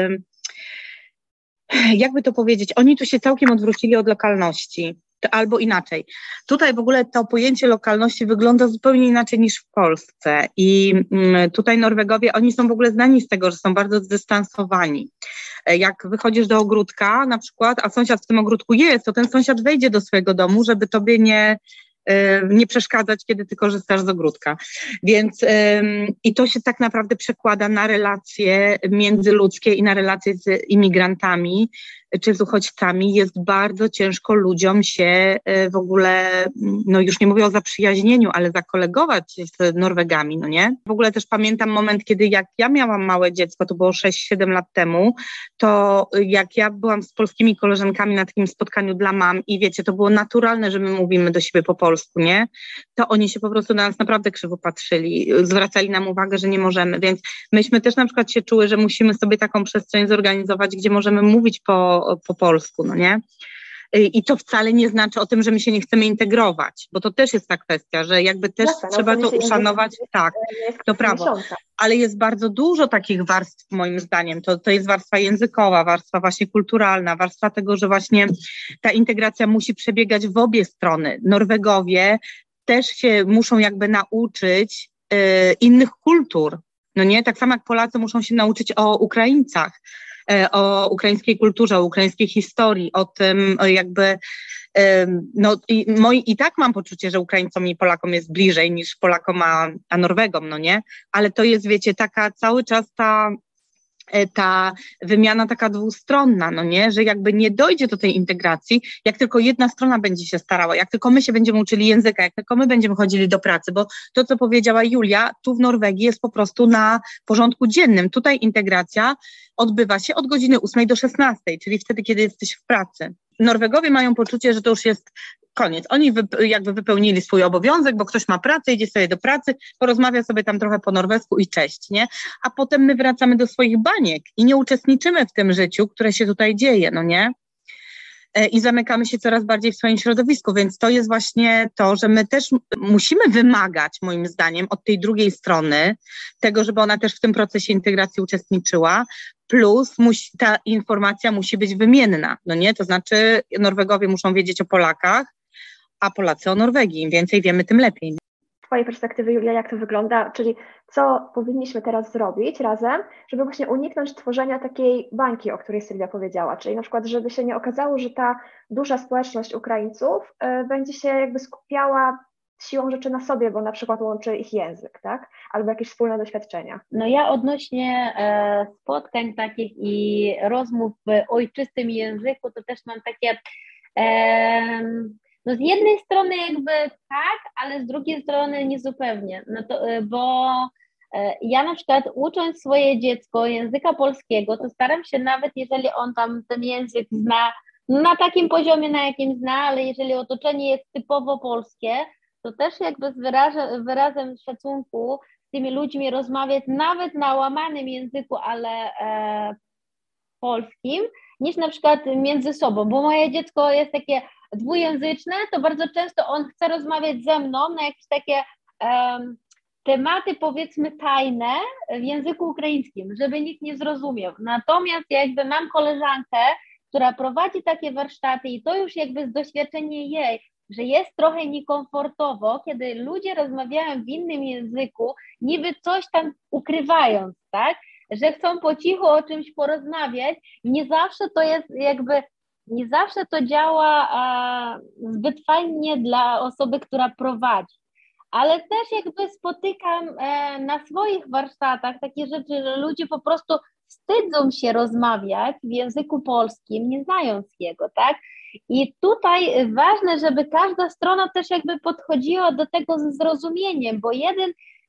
jakby to powiedzieć, oni tu się całkiem odwrócili od lokalności, albo inaczej. Tutaj w ogóle to pojęcie lokalności wygląda zupełnie inaczej niż w Polsce i tutaj Norwegowie, oni są w ogóle znani z tego, że są bardzo zdystansowani. Jak wychodzisz do ogródka na przykład, a sąsiad w tym ogródku jest, to ten sąsiad wejdzie do swojego domu, żeby tobie nie przeszkadzać, kiedy ty korzystasz z ogródka. Więc i to się tak naprawdę przekłada na relacje międzyludzkie i na relacje z imigrantami czy z uchodźcami. Jest bardzo ciężko ludziom się w ogóle, no już nie mówię o zaprzyjaźnieniu, ale zakolegować z Norwegami, no nie? W ogóle też pamiętam moment, kiedy jak ja miałam małe dziecko, to było 6-7 lat temu, to jak ja byłam z polskimi koleżankami na takim spotkaniu dla mam i wiecie, to było naturalne, że my mówimy do siebie po polsku, nie? To oni się po prostu na nas naprawdę krzywo patrzyli, zwracali nam uwagę, że nie możemy, więc myśmy też na przykład się czuły, że musimy sobie taką przestrzeń zorganizować, gdzie możemy mówić po polsku, no nie? I to wcale nie znaczy o tym, że my się nie chcemy integrować, bo to też jest ta kwestia, że jakby też trzeba to uszanować, tak, to prawo. Ale jest bardzo dużo takich warstw, moim zdaniem. To jest warstwa językowa, warstwa właśnie kulturalna, warstwa tego, że właśnie ta integracja musi przebiegać w obie strony. Norwegowie też się muszą jakby nauczyć innych kultur, no nie? Tak samo jak Polacy muszą się nauczyć o Ukraińcach, o ukraińskiej kulturze, o ukraińskiej historii, o tym jakby, no i tak mam poczucie, że Ukraińcom i Polakom jest bliżej niż Polakom a Norwegom, no nie? Ale to jest, wiecie, taka cały czas ta wymiana taka dwustronna, no nie, że jakby nie dojdzie do tej integracji, jak tylko jedna strona będzie się starała, jak tylko my się będziemy uczyli języka, jak tylko my będziemy chodzili do pracy, bo to, co powiedziała Julia, tu w Norwegii jest po prostu na porządku dziennym. Tutaj integracja odbywa się od godziny 8 do 16, czyli wtedy, kiedy jesteś w pracy. Norwegowie mają poczucie, że to już jest koniec. Oni jakby wypełnili swój obowiązek, bo ktoś ma pracę, idzie sobie do pracy, porozmawia sobie tam trochę po norwesku i cześć, nie? A potem my wracamy do swoich baniek i nie uczestniczymy w tym życiu, które się tutaj dzieje, no nie? I zamykamy się coraz bardziej w swoim środowisku, więc to jest właśnie to, że my też musimy wymagać, moim zdaniem, od tej drugiej strony tego, żeby ona też w tym procesie integracji uczestniczyła, plus ta informacja musi być wymienna, no nie? To znaczy Norwegowie muszą wiedzieć o Polakach, a Polacy o Norwegii. Im więcej wiemy, tym lepiej. Z twojej perspektywy, Julia, jak to wygląda? Czyli co powinniśmy teraz zrobić razem, żeby właśnie uniknąć tworzenia takiej bańki, o której Sylwia powiedziała? Czyli na przykład, żeby się nie okazało, że ta duża społeczność Ukraińców będzie się jakby skupiała siłą rzeczy na sobie, bo na przykład łączy ich język, tak? Albo jakieś wspólne doświadczenia. No ja odnośnie spotkań takich i rozmów w ojczystym języku, to też mam takie... No z jednej strony jakby tak, ale z drugiej strony niezupełnie, no to, bo ja na przykład ucząc swoje dziecko języka polskiego, to staram się nawet jeżeli on tam ten język zna na takim poziomie, na jakim zna, ale jeżeli otoczenie jest typowo polskie, to też jakby z wyrazem szacunku z tymi ludźmi rozmawiać nawet na łamanym języku, ale polskim, niż na przykład między sobą, bo moje dziecko jest takie dwujęzyczne, to bardzo często on chce rozmawiać ze mną na jakieś takie tematy powiedzmy tajne w języku ukraińskim, żeby nikt nie zrozumiał. Natomiast jakby mam koleżankę, która prowadzi takie warsztaty i to już jakby z doświadczenia jej, że jest trochę niekomfortowo, kiedy ludzie rozmawiają w innym języku, niby coś tam ukrywając, tak? że chcą po cichu o czymś porozmawiać. Nie zawsze to jest nie zawsze to działa zbyt fajnie dla osoby, która prowadzi. Ale też spotykam na swoich warsztatach takie rzeczy, że ludzie po prostu wstydzą się rozmawiać w języku polskim, nie znając jego, tak? I tutaj ważne, żeby każda strona też podchodziła do tego ze zrozumieniem, bo jeden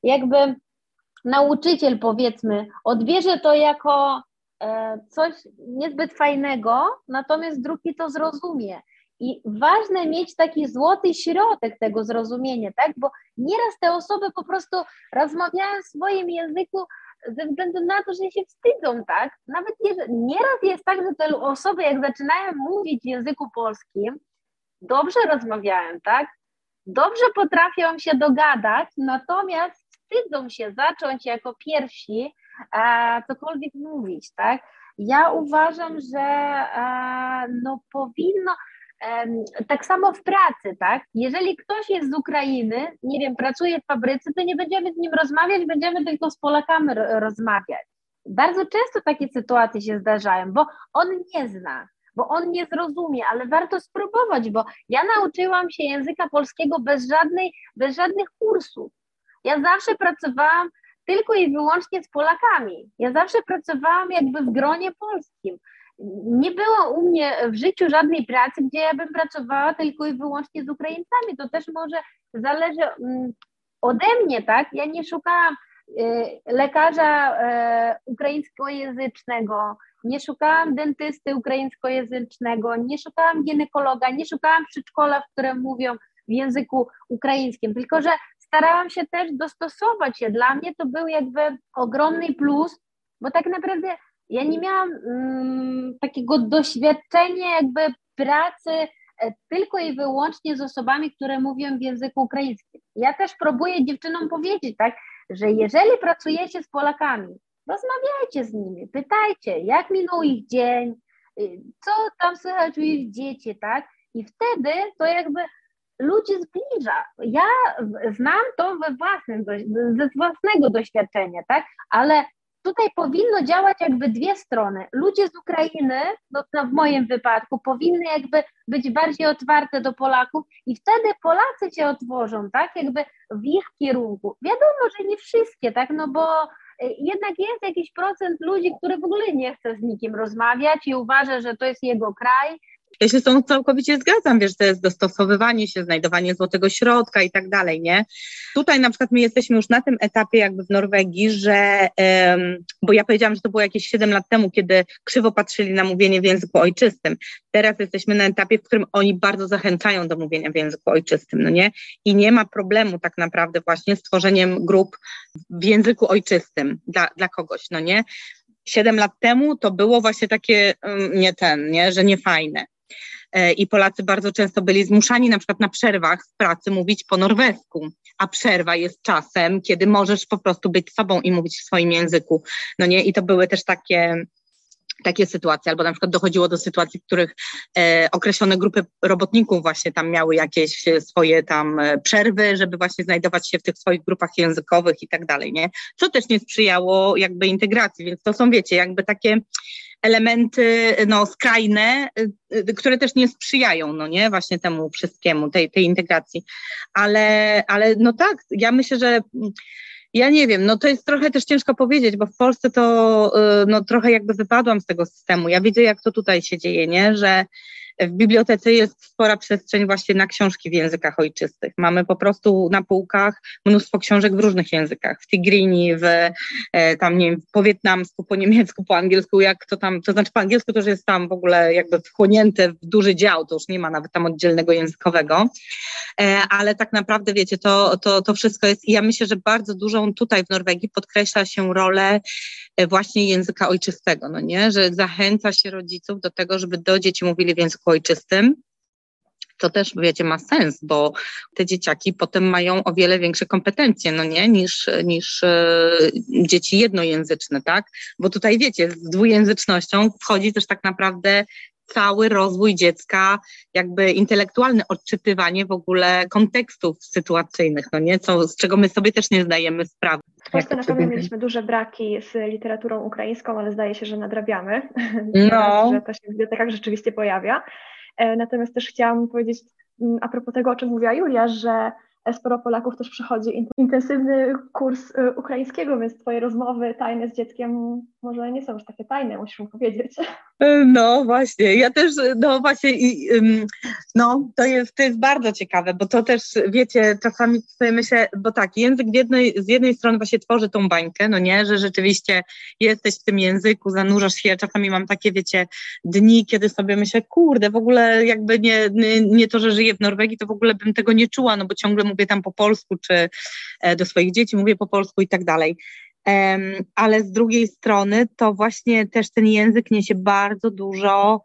nauczyciel, powiedzmy, odbierze to jako coś niezbyt fajnego, natomiast drugi to zrozumie. I ważne mieć taki złoty środek tego zrozumienia, tak? Bo nieraz te osoby po prostu rozmawiają w swoim języku ze względu na to, że się wstydzą, tak? Nawet nieraz jest tak, że te osoby, jak zaczynają mówić w języku polskim, dobrze rozmawiają, tak? Dobrze potrafią się dogadać, natomiast wstydzą się zacząć jako pierwsi cokolwiek mówić, tak? Ja uważam, że powinno, tak samo w pracy, tak? Jeżeli ktoś jest z Ukrainy, nie wiem, pracuje w fabryce, to nie będziemy z nim rozmawiać, będziemy tylko z Polakami rozmawiać. Bardzo często takie sytuacje się zdarzają, bo on nie zna, bo on nie zrozumie, ale warto spróbować, bo ja nauczyłam się języka polskiego bez żadnych kursów. Ja zawsze pracowałam tylko i wyłącznie z Polakami. Ja zawsze pracowałam w gronie polskim. Nie było u mnie w życiu żadnej pracy, gdzie ja bym pracowała tylko i wyłącznie z Ukraińcami. To też może zależy ode mnie, tak? Ja nie szukałam lekarza ukraińskojęzycznego, nie szukałam dentysty ukraińskojęzycznego, nie szukałam ginekologa, nie szukałam przedszkola, w którym mówią w języku ukraińskim, tylko że starałam się też dostosować się. Dla mnie to był ogromny plus, bo tak naprawdę ja nie miałam takiego doświadczenia pracy tylko i wyłącznie z osobami, które mówią w języku ukraińskim. Ja też próbuję dziewczynom powiedzieć, tak, że jeżeli pracujecie z Polakami, rozmawiajcie z nimi, pytajcie, jak minął ich dzień, co tam słychać u ich dzieci, tak? I wtedy to ludzi zbliża. Ja znam to ze własnego doświadczenia, tak? Ale tutaj powinno działać dwie strony. Ludzie z Ukrainy, w moim wypadku, powinny być bardziej otwarte do Polaków i wtedy Polacy się otworzą, tak? W ich kierunku. Wiadomo, że nie wszystkie, tak? No bo jednak jest jakiś procent ludzi, który w ogóle nie chce z nikim rozmawiać i uważa, że to jest jego kraj. Ja się z tą całkowicie zgadzam, wiesz, to jest dostosowywanie się, znajdowanie złotego środka i tak dalej, nie? Tutaj na przykład my jesteśmy już na tym etapie w Norwegii, że, bo ja powiedziałam, że to było jakieś 7 lat temu, kiedy krzywo patrzyli na mówienie w języku ojczystym. Teraz jesteśmy na etapie, w którym oni bardzo zachęcają do mówienia w języku ojczystym, no nie? I nie ma problemu tak naprawdę właśnie z tworzeniem grup w języku ojczystym dla kogoś, no nie? 7 lat temu to było właśnie takie że niefajne. I Polacy bardzo często byli zmuszani na przykład na przerwach w pracy mówić po norwesku, a przerwa jest czasem, kiedy możesz po prostu być sobą i mówić w swoim języku, no nie? I to były też takie sytuacje, albo na przykład dochodziło do sytuacji, w których określone grupy robotników właśnie tam miały jakieś swoje tam przerwy, żeby właśnie znajdować się w tych swoich grupach językowych i tak dalej, nie? Co też nie sprzyjało integracji, więc to są, wiecie, takie elementy skrajne, które też nie sprzyjają, no nie, właśnie temu wszystkiemu, tej integracji. Ale no tak, ja myślę, że ja nie wiem, to jest trochę też ciężko powiedzieć, bo w Polsce to trochę wypadłam z tego systemu. Ja widzę, jak to tutaj się dzieje, nie, że w bibliotece jest spora przestrzeń właśnie na książki w językach ojczystych. Mamy po prostu na półkach mnóstwo książek w różnych językach, w tigrini, po wietnamsku, po niemiecku, po angielsku, to znaczy po angielsku to już jest tam w ogóle wchłonięte w duży dział, to już nie ma nawet tam oddzielnego językowego, ale tak naprawdę wiecie, to wszystko jest i ja myślę, że bardzo dużą tutaj w Norwegii podkreśla się rolę właśnie języka ojczystego, no nie, że zachęca się rodziców do tego, żeby do dzieci mówili w języku ojczystym. To też, wiecie, ma sens, bo te dzieciaki potem mają o wiele większe kompetencje, no nie, niż dzieci jednojęzyczne, tak? Bo tutaj, wiecie, z dwujęzycznością wchodzi też tak naprawdę cały rozwój dziecka, jakby intelektualny, odczytywanie w ogóle kontekstów sytuacyjnych, no nie? Z czego my sobie też nie zdajemy sprawy. W Polsce na pewno mieliśmy duże braki z literaturą ukraińską, ale zdaje się, że nadrabiamy No. teraz, że to się w bibliotekach rzeczywiście pojawia. Natomiast też chciałam powiedzieć a propos tego, o czym mówiła Julia, że sporo Polaków też przechodzi intensywny kurs ukraińskiego, więc twoje rozmowy tajne z dzieckiem może nie są już takie tajne, musisz mu powiedzieć. No właśnie, ja też, no właśnie, no to jest bardzo ciekawe, bo to też, wiecie, czasami sobie myślę, bo tak, język z jednej strony właśnie tworzy tą bańkę, no nie, że rzeczywiście jesteś w tym języku, zanurzasz się, czasami mam takie, wiecie, dni, kiedy sobie myślę, kurde, w ogóle jakby nie to, że żyję w Norwegii, to w ogóle bym tego nie czuła, no bo ciągle mówię tam po polsku, czy do swoich dzieci mówię po polsku i tak dalej. Ale z drugiej strony to właśnie też ten język niesie bardzo dużo,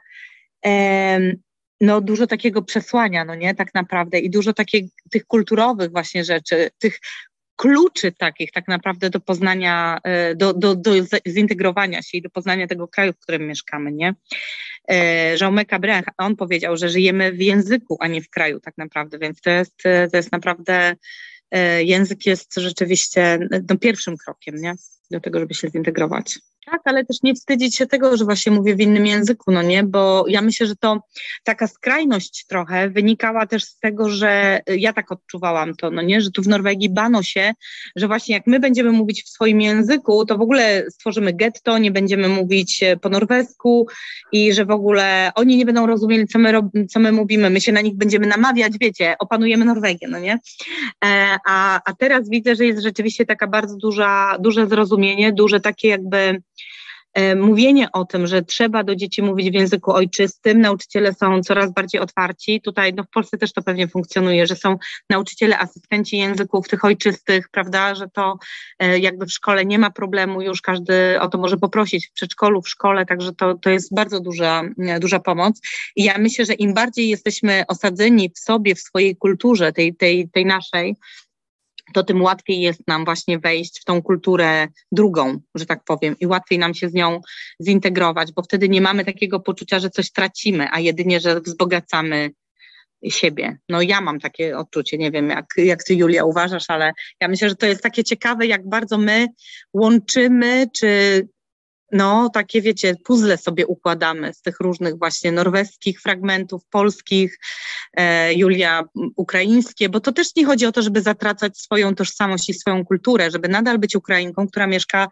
no dużo takiego przesłania, no nie, tak naprawdę i dużo tych kulturowych właśnie rzeczy, tych kluczy takich tak naprawdę do poznania, do zintegrowania się i do poznania tego kraju, w którym mieszkamy, nie? Jaume Cabré, on powiedział, że żyjemy w języku, a nie w kraju tak naprawdę, więc to jest naprawdę, język jest rzeczywiście pierwszym krokiem, nie? Do tego, żeby się zintegrować. Tak, ale też nie wstydzić się tego, że właśnie mówię w innym języku, no nie, bo ja myślę, że to taka skrajność trochę wynikała też z tego, że ja tak odczuwałam to, no nie, że tu w Norwegii bano się, że właśnie jak my będziemy mówić w swoim języku, to w ogóle stworzymy getto, nie będziemy mówić po norwesku i że w ogóle oni nie będą rozumieli, co my mówimy, my się na nich będziemy namawiać, wiecie, opanujemy Norwegię, no nie, a teraz widzę, że jest rzeczywiście taka bardzo duże zrozumienie, duże takie jakby mówienie o tym, że trzeba do dzieci mówić w języku ojczystym. Nauczyciele są coraz bardziej otwarci. Tutaj w Polsce też to pewnie funkcjonuje, że są nauczyciele, asystenci języków tych ojczystych, prawda, że to jakby w szkole nie ma problemu, już każdy o to może poprosić w przedszkolu, w szkole, także to jest bardzo duża pomoc. I ja myślę, że im bardziej jesteśmy osadzeni w sobie, w swojej kulturze, tej naszej, to tym łatwiej jest nam właśnie wejść w tą kulturę drugą, że tak powiem, i łatwiej nam się z nią zintegrować, bo wtedy nie mamy takiego poczucia, że coś tracimy, a jedynie, że wzbogacamy siebie. No ja mam takie odczucie, nie wiem jak ty, Julia, uważasz, ale ja myślę, że to jest takie ciekawe, jak bardzo my łączymy, czy no takie, wiecie, puzzle sobie układamy z tych różnych właśnie norweskich fragmentów, polskich, Julia ukraińskie, bo to też nie chodzi o to, żeby zatracać swoją tożsamość i swoją kulturę, żeby nadal być Ukrainką, która mieszka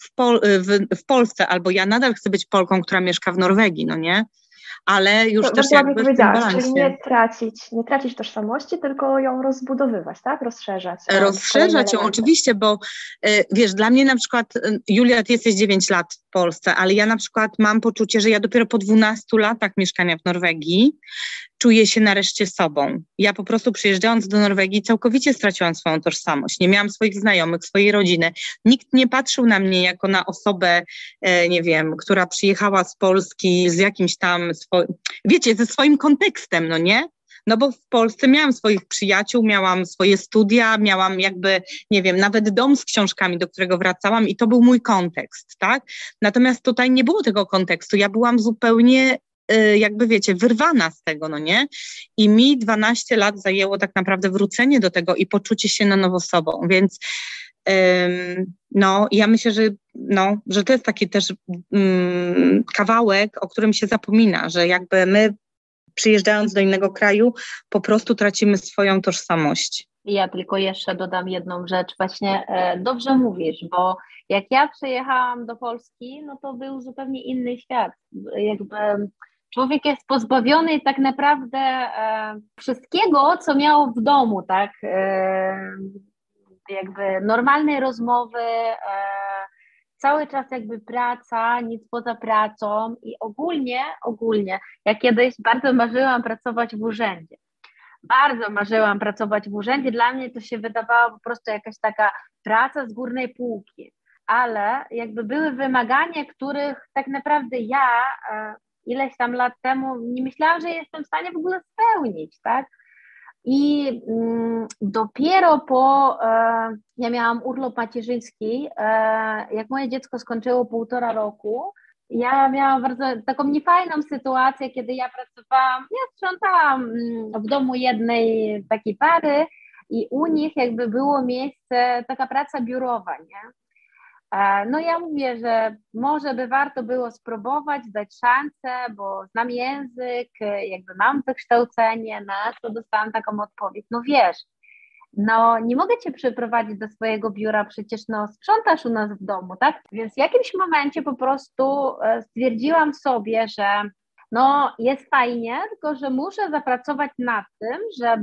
w Polsce, albo ja nadal chcę być Polką, która mieszka w Norwegii, no nie? Ale już To też bardzo ładnie jakby w tym powiedziałaś, czyli balansie. nie tracić tożsamości, tylko ją rozbudowywać, tak? Rozszerzać. Rozszerzać ją oczywiście, bo wiesz, dla mnie na przykład, Julia, ty jesteś 9 lat w Polsce, ale ja na przykład mam poczucie, że ja dopiero po 12 latach mieszkania w Norwegii czuję się nareszcie sobą. Ja po prostu przyjeżdżając do Norwegii całkowicie straciłam swoją tożsamość. Nie miałam swoich znajomych, swojej rodziny. Nikt nie patrzył na mnie jako na osobę, nie wiem, która przyjechała z Polski z jakimś tam, wiecie, ze swoim kontekstem, no nie? No bo w Polsce miałam swoich przyjaciół, miałam swoje studia, miałam jakby, nie wiem, nawet dom z książkami, do którego wracałam i to był mój kontekst, tak? Natomiast tutaj nie było tego kontekstu. Ja byłam zupełnie jakby, wiecie, wyrwana z tego, no nie? I mi 12 lat zajęło tak naprawdę wrócenie do tego i poczucie się na nowo sobą, więc no, ja myślę, że to jest taki też kawałek, o którym się zapomina, że jakby my przyjeżdżając do innego kraju, po prostu tracimy swoją tożsamość. Ja tylko jeszcze dodam jedną rzecz. Właśnie dobrze mówisz, bo jak ja przyjechałam do Polski, no to był zupełnie inny świat. Jakby człowiek jest pozbawiony tak naprawdę wszystkiego, co miał w domu, tak? Jakby normalnej rozmowy, cały czas jakby praca, nic poza pracą i ogólnie, ja kiedyś bardzo marzyłam pracować w urzędzie. Bardzo marzyłam pracować w urzędzie, dla mnie to się wydawało po prostu jakaś taka praca z górnej półki, ale jakby były wymagania, których tak naprawdę ja ileś tam lat temu nie myślałam, że jestem w stanie w ogóle spełnić, tak? I dopiero ja miałam urlop macierzyński, jak moje dziecko skończyło 1,5 roku, Ja miałam bardzo taką niefajną sytuację, kiedy ja sprzątałam w domu jednej takiej pary i u nich jakby było miejsce, taka praca biurowa, nie? No ja mówię, że może by warto było spróbować, dać szansę, bo znam język, jakby mam wykształcenie, na co dostałam taką odpowiedź, no wiesz, no nie mogę cię przyprowadzić do swojego biura, przecież no sprzątasz u nas w domu, tak? Więc w jakimś momencie po prostu stwierdziłam sobie, że no jest fajnie, tylko że muszę zapracować nad tym,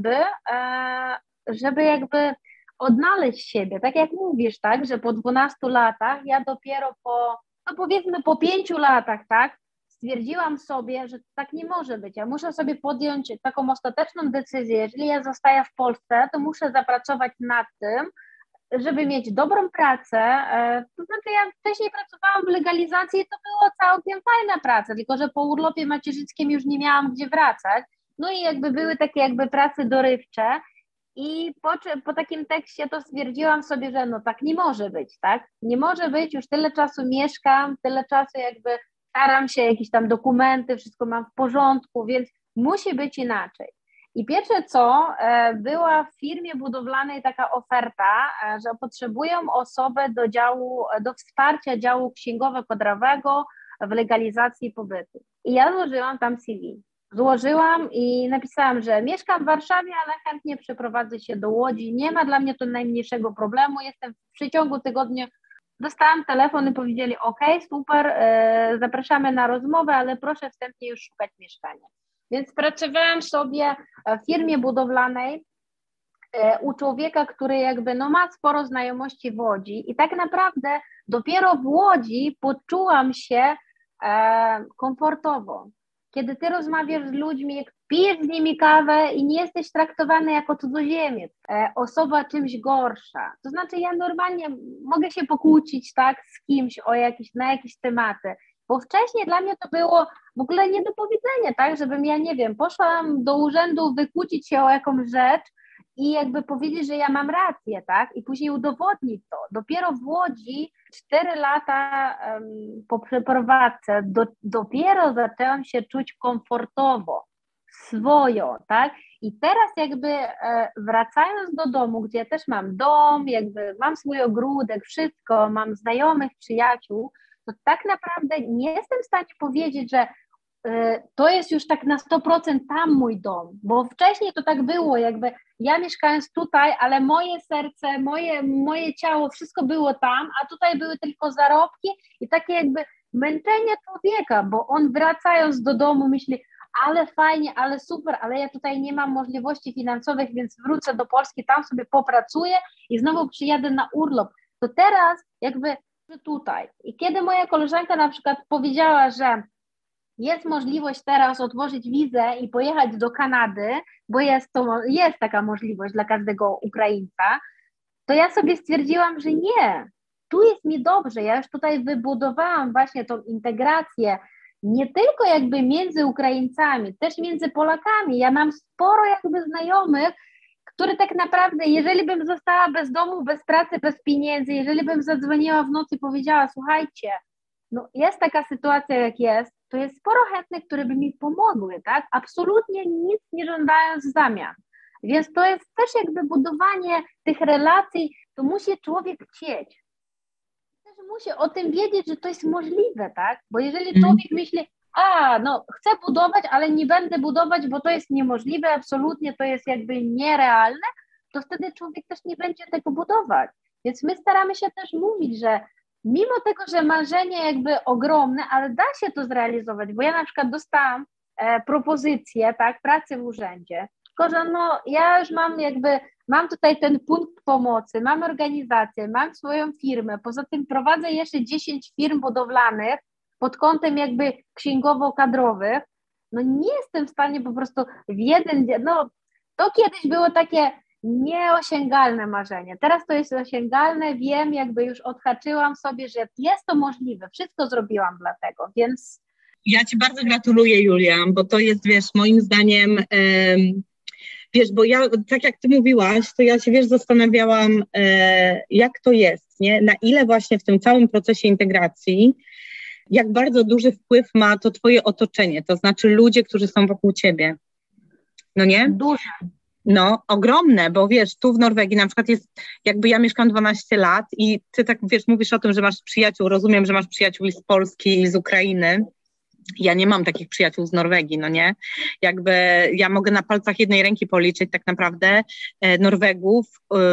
żeby jakby odnaleźć siebie, tak jak mówisz, tak, że po 12 latach, ja dopiero no powiedzmy po 5 latach, tak, stwierdziłam sobie, że tak nie może być. Ja muszę sobie podjąć taką ostateczną decyzję. Jeżeli ja zostaję w Polsce, to muszę zapracować nad tym, żeby mieć dobrą pracę. To znaczy ja wcześniej pracowałam w legalizacji i to była całkiem fajna praca, tylko że po urlopie macierzyńskim już nie miałam gdzie wracać. No i jakby były takie jakby prace dorywcze. I po takim tekście to stwierdziłam sobie, że no tak nie może być, tak? Nie może być, już tyle czasu mieszkam, tyle czasu jakby staram się, jakieś tam dokumenty, wszystko mam w porządku, więc musi być inaczej. I pierwsze co, była w firmie budowlanej taka oferta, że potrzebują osobę do wsparcia działu księgowo-kadrowego w legalizacji pobytu. I ja złożyłam tam CV. Złożyłam i napisałam, że mieszkam w Warszawie, ale chętnie przeprowadzę się do Łodzi. Nie ma dla mnie to najmniejszego problemu. Jestem w przeciągu tygodnia. Dostałam telefon i powiedzieli: OK, super, zapraszamy na rozmowę, ale proszę wstępnie już szukać mieszkania. Więc pracowałam sobie w firmie budowlanej u człowieka, który jakby no ma sporo znajomości w Łodzi i tak naprawdę dopiero w Łodzi poczułam się komfortowo. Kiedy ty rozmawiasz z ludźmi, pijesz z nimi kawę i nie jesteś traktowany jako cudzoziemiec, osoba czymś gorsza. To znaczy ja normalnie mogę się pokłócić tak z kimś na jakieś tematy, bo wcześniej dla mnie to było w ogóle nie do powiedzenia, tak, żebym ja nie wiem, poszłam do urzędu wykłócić się o jakąś rzecz i jakby powiedzieć, że ja mam rację, tak, i później udowodnić to. Dopiero w Łodzi 4 lata po przeprowadzce dopiero zaczęłam się czuć komfortowo, swojo, tak, i teraz jakby wracając do domu, gdzie ja też mam dom, jakby mam swój ogródek, wszystko, mam znajomych, przyjaciół, to tak naprawdę nie jestem w stanie powiedzieć, że to jest już tak na 100% tam mój dom, bo wcześniej to tak było, jakby ja mieszkając tutaj, ale moje serce, moje ciało, wszystko było tam, a tutaj były tylko zarobki i takie jakby męczenie człowieka, bo on wracając do domu myśli: ale fajnie, ale super, ale ja tutaj nie mam możliwości finansowych, więc wrócę do Polski, tam sobie popracuję i znowu przyjadę na urlop. To teraz jakby tutaj. I kiedy moja koleżanka na przykład powiedziała, że jest możliwość teraz otworzyć wizę i pojechać do Kanady, bo jest taka możliwość dla każdego Ukraińca, to ja sobie stwierdziłam, że nie, tu jest mi dobrze, ja już tutaj wybudowałam właśnie tą integrację, nie tylko jakby między Ukraińcami, też między Polakami. Ja mam sporo jakby znajomych, które tak naprawdę, jeżeli bym została bez domu, bez pracy, bez pieniędzy, jeżeli bym zadzwoniła w nocy i powiedziała: słuchajcie, no jest taka sytuacja jak jest, to jest sporo chętnych, które by mi pomogły, tak? Absolutnie nic nie żądając w zamian. Więc to jest też jakby budowanie tych relacji, to musi człowiek chcieć. Też musi o tym wiedzieć, że to jest możliwe, tak? Bo jeżeli człowiek myśli: no chcę budować, ale nie będę budować, bo to jest niemożliwe, absolutnie to jest jakby nierealne, to wtedy człowiek też nie będzie tego budować. Więc my staramy się też mówić, że mimo tego, że marzenie jakby ogromne, ale da się to zrealizować, bo ja na przykład dostałam propozycję, tak, pracy w urzędzie, tylko że no ja już mam tutaj ten punkt pomocy, mam organizację, mam swoją firmę, poza tym prowadzę jeszcze 10 firm budowlanych pod kątem jakby księgowo-kadrowych, no nie jestem w stanie po prostu to kiedyś było takie nieosiągalne marzenie. Teraz to jest osiągalne, wiem, jakby już odhaczyłam sobie, że jest to możliwe. Wszystko zrobiłam dla tego, więc... Ja Ci bardzo gratuluję, Julia, bo to jest, wiesz, moim zdaniem... bo ja, tak jak Ty mówiłaś, to ja się, zastanawiałam, jak to jest, nie? Na ile właśnie w tym całym procesie integracji jak bardzo duży wpływ ma to twoje otoczenie, to znaczy ludzie, którzy są wokół ciebie. No nie? Duże. No, ogromne, bo wiesz, tu w Norwegii na przykład jest, jakby ja mieszkam 12 lat i ty tak, wiesz, mówisz o tym, że masz przyjaciół, rozumiem, że masz przyjaciół i z Polski i z Ukrainy. Ja nie mam takich przyjaciół z Norwegii, no nie? Jakby ja mogę na palcach jednej ręki policzyć tak naprawdę Norwegów,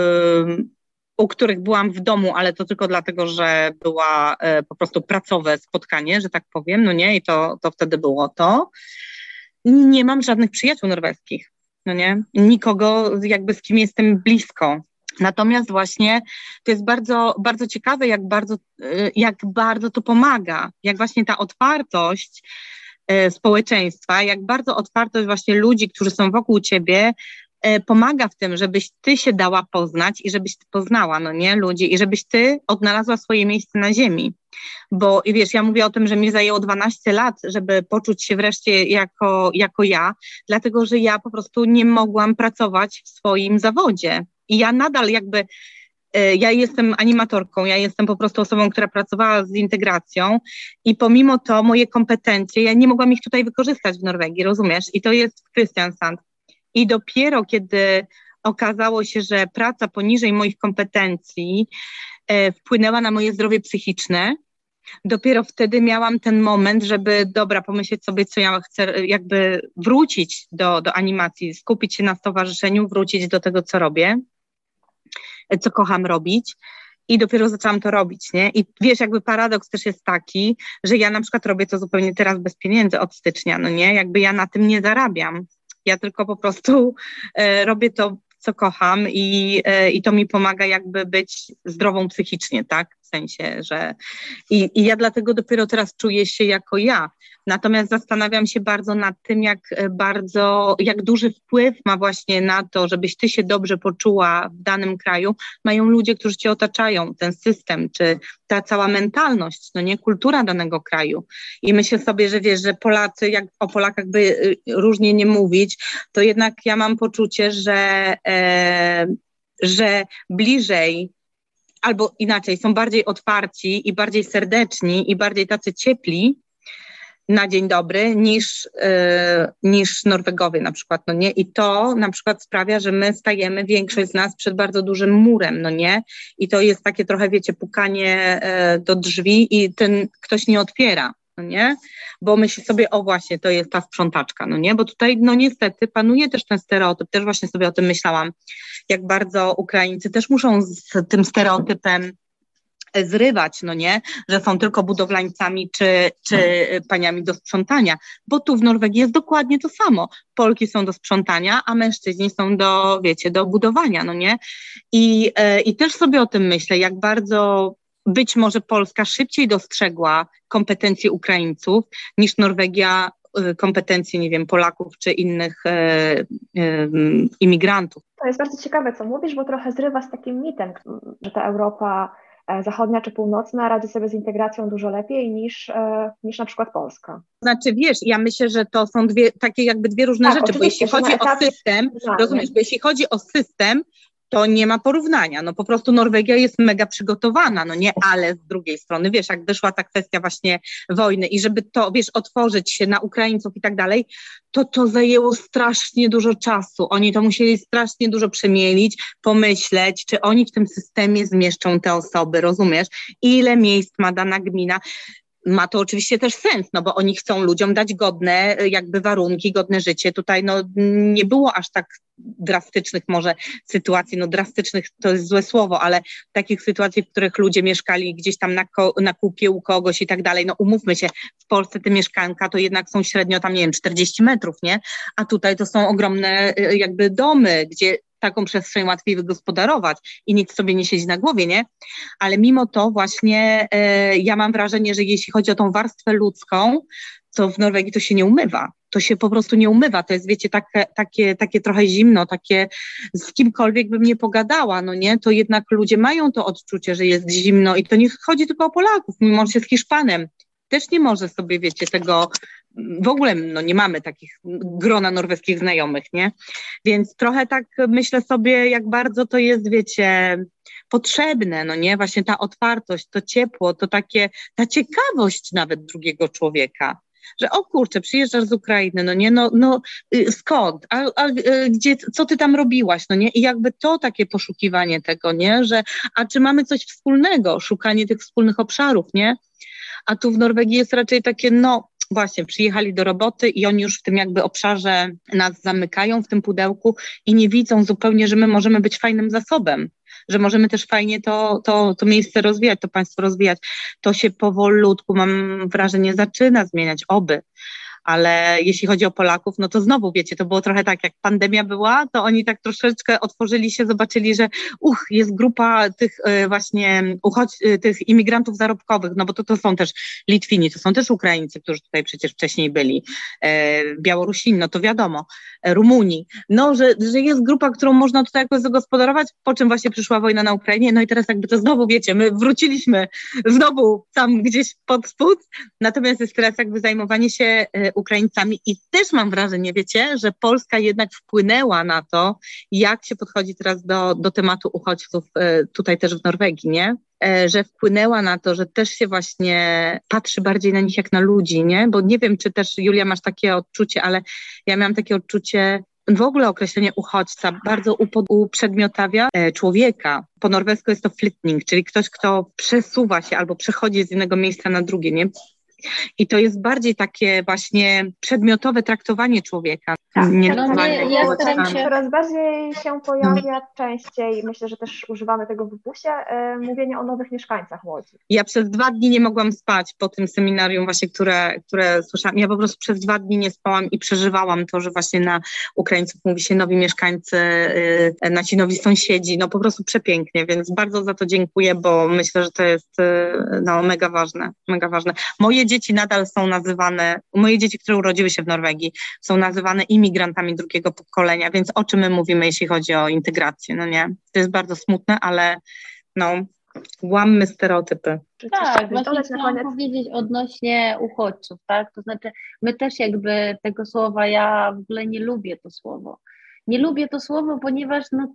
u których byłam w domu, ale to tylko dlatego, że była po prostu pracowe spotkanie, że tak powiem, no nie? I to wtedy było to. Nie mam żadnych przyjaciół norweskich, no nie? Nikogo jakby z kim jestem blisko. Natomiast właśnie to jest bardzo, bardzo ciekawe, jak bardzo to pomaga, jak właśnie ta otwartość społeczeństwa, jak bardzo otwartość właśnie ludzi, którzy są wokół ciebie, pomaga w tym, żebyś ty się dała poznać i żebyś ty poznała, no nie, ludzi i żebyś ty odnalazła swoje miejsce na ziemi. Bo i wiesz, ja mówię o tym, że mi zajęło 12 lat, żeby poczuć się wreszcie jako ja, dlatego że ja po prostu nie mogłam pracować w swoim zawodzie. I ja nadal jakby, ja jestem animatorką, ja jestem po prostu osobą, która pracowała z integracją i pomimo to moje kompetencje, ja nie mogłam ich tutaj wykorzystać w Norwegii, rozumiesz? I to jest w Kristiansand. I dopiero kiedy okazało się, że praca poniżej moich kompetencji wpłynęła na moje zdrowie psychiczne, dopiero wtedy miałam ten moment, żeby pomyśleć sobie, co ja chcę, jakby wrócić do animacji, skupić się na stowarzyszeniu, wrócić do tego, co robię, co kocham robić. I dopiero zaczęłam to robić, nie? I wiesz, jakby paradoks też jest taki, że ja na przykład robię to zupełnie teraz bez pieniędzy od stycznia, no nie? Jakby ja na tym nie zarabiam. Ja tylko po prostu robię to, co kocham i to mi pomaga jakby być zdrową psychicznie, tak? W sensie, że i ja dlatego dopiero teraz czuję się jako ja. Natomiast zastanawiam się bardzo nad tym, jak duży wpływ ma właśnie na to, żebyś ty się dobrze poczuła w danym kraju, mają ludzie, którzy cię otaczają, ten system, czy ta cała mentalność, no nie, kultura danego kraju. I myślę sobie, że wiesz, że Polacy, jak o Polakach by różnie nie mówić, to jednak ja mam poczucie, że bliżej albo inaczej, są bardziej otwarci i bardziej serdeczni i bardziej tacy ciepli na dzień dobry niż Norwegowie na przykład, no nie? I to na przykład sprawia, że my stajemy, większość z nas, przed bardzo dużym murem, no nie? I to jest takie trochę, wiecie, pukanie do drzwi i ten ktoś nie otwiera, no nie? Bo myśli sobie, o właśnie, to jest ta sprzątaczka, no nie? Bo tutaj, no niestety, panuje też ten stereotyp, też właśnie sobie o tym myślałam, jak bardzo Ukraińcy też muszą z tym stereotypem zrywać, no nie, że są tylko budowlańcami czy paniami do sprzątania, bo tu w Norwegii jest dokładnie to samo. Polki są do sprzątania, a mężczyźni są do budowania, no nie? I też sobie o tym myślę, jak bardzo być może Polska szybciej dostrzegła kompetencje Ukraińców niż Norwegia kompetencje, nie wiem, Polaków czy innych imigrantów. To jest bardzo ciekawe, co mówisz, bo trochę zrywa z takim mitem, że ta Europa zachodnia czy północna radzi sobie z integracją dużo lepiej niż na przykład Polska. Znaczy wiesz, ja myślę, że to są dwie różne rzeczy, bo jeśli chodzi o system, rozumiesz, bo jeśli chodzi o system, to nie ma porównania, no po prostu Norwegia jest mega przygotowana, no nie, ale z drugiej strony, wiesz, jak wyszła ta kwestia właśnie wojny i żeby to, wiesz, otworzyć się na Ukraińców i tak dalej, to zajęło strasznie dużo czasu, oni to musieli strasznie dużo przemielić, pomyśleć, czy oni w tym systemie zmieszczą te osoby, rozumiesz, ile miejsc ma dana gmina. Ma to oczywiście też sens, no bo oni chcą ludziom dać godne jakby warunki, godne życie. Tutaj no nie było aż tak drastycznych może sytuacji, no drastycznych to jest złe słowo, ale takich sytuacji, w których ludzie mieszkali gdzieś tam na kupie u kogoś i tak dalej. No umówmy się, w Polsce te mieszkanka to jednak są średnio tam, nie wiem, 40 metrów, nie? A tutaj to są ogromne jakby domy, gdzie taką przestrzeń łatwiej wygospodarować i nikt sobie nie siedzi na głowie, nie? Ale mimo to właśnie ja mam wrażenie, że jeśli chodzi o tą warstwę ludzką, to w Norwegii to się nie umywa. To się po prostu nie umywa. To jest, wiecie, takie trochę zimno, takie z kimkolwiek bym nie pogadała, no nie? To jednak ludzie mają to odczucie, że jest zimno i to nie chodzi tylko o Polaków, mimo że się z Hiszpanem też nie może sobie, wiecie, tego, w ogóle no nie mamy takich grona norweskich znajomych, nie? Więc trochę tak myślę sobie, jak bardzo to jest, wiecie, potrzebne, no nie? Właśnie ta otwartość, to ciepło, to takie, ta ciekawość nawet drugiego człowieka. Że o kurczę, przyjeżdżasz z Ukrainy, no nie, skąd, gdzie, co ty tam robiłaś, no nie, i jakby to takie poszukiwanie tego, nie, że, a czy mamy coś wspólnego, szukanie tych wspólnych obszarów, nie, a tu w Norwegii jest raczej takie, no właśnie, przyjechali do roboty i oni już w tym jakby obszarze nas zamykają, w tym pudełku i nie widzą zupełnie, że my możemy być fajnym zasobem, że możemy też fajnie to miejsce rozwijać, to państwo rozwijać. To się powolutku, mam wrażenie, zaczyna zmieniać, oby. Ale jeśli chodzi o Polaków, no to znowu, wiecie, to było trochę tak, jak pandemia była, to oni tak troszeczkę otworzyli się, zobaczyli, że jest grupa tych właśnie tych imigrantów zarobkowych, no bo to są też Litwini, to są też Ukraińcy, którzy tutaj przecież wcześniej byli, Białorusini, no to wiadomo, Rumuni, no, że jest grupa, którą można tutaj jakoś zagospodarować, po czym właśnie przyszła wojna na Ukrainie, no i teraz jakby to znowu, wiecie, my wróciliśmy znowu tam gdzieś pod spód, natomiast jest teraz jakby zajmowanie się Ukraińcami i też mam wrażenie, wiecie, że Polska jednak wpłynęła na to, jak się podchodzi teraz do tematu uchodźców tutaj też w Norwegii, nie? Że wpłynęła na to, że też się właśnie patrzy bardziej na nich jak na ludzi, nie? Bo nie wiem, czy też, Julia, masz takie odczucie, ale ja miałam takie odczucie, w ogóle określenie uchodźca bardzo uprzedmiotawia człowieka. Po norwesku jest to flytning, czyli ktoś, kto przesuwa się albo przechodzi z jednego miejsca na drugie, nie? I to jest bardziej takie właśnie przedmiotowe traktowanie człowieka. Tak, Nie ja staram się... Coraz bardziej się pojawia częściej, myślę, że też używamy tego w WPUS-ie, mówienie o nowych mieszkańcach Łodzi. Ja przez 2 dni nie mogłam spać po tym seminarium właśnie, które słyszałam. Ja po prostu przez 2 dni nie spałam i przeżywałam to, że właśnie na Ukraińców mówi się nowi mieszkańcy, nasi nowi sąsiedzi, no po prostu przepięknie, więc bardzo za to dziękuję, bo myślę, że to jest no, mega ważne, mega ważne. Moje dzieci nadal są nazywane, moje dzieci, które urodziły się w Norwegii, są nazywane imigrantami drugiego pokolenia, więc o czym my mówimy, jeśli chodzi o integrację, no nie? To jest bardzo smutne, ale no, łammy stereotypy. Tak, właśnie chciałam powiedzieć odnośnie uchodźców, tak? To znaczy, my też jakby tego słowa, ja w ogóle nie lubię to słowo. Nie lubię to słowo, ponieważ no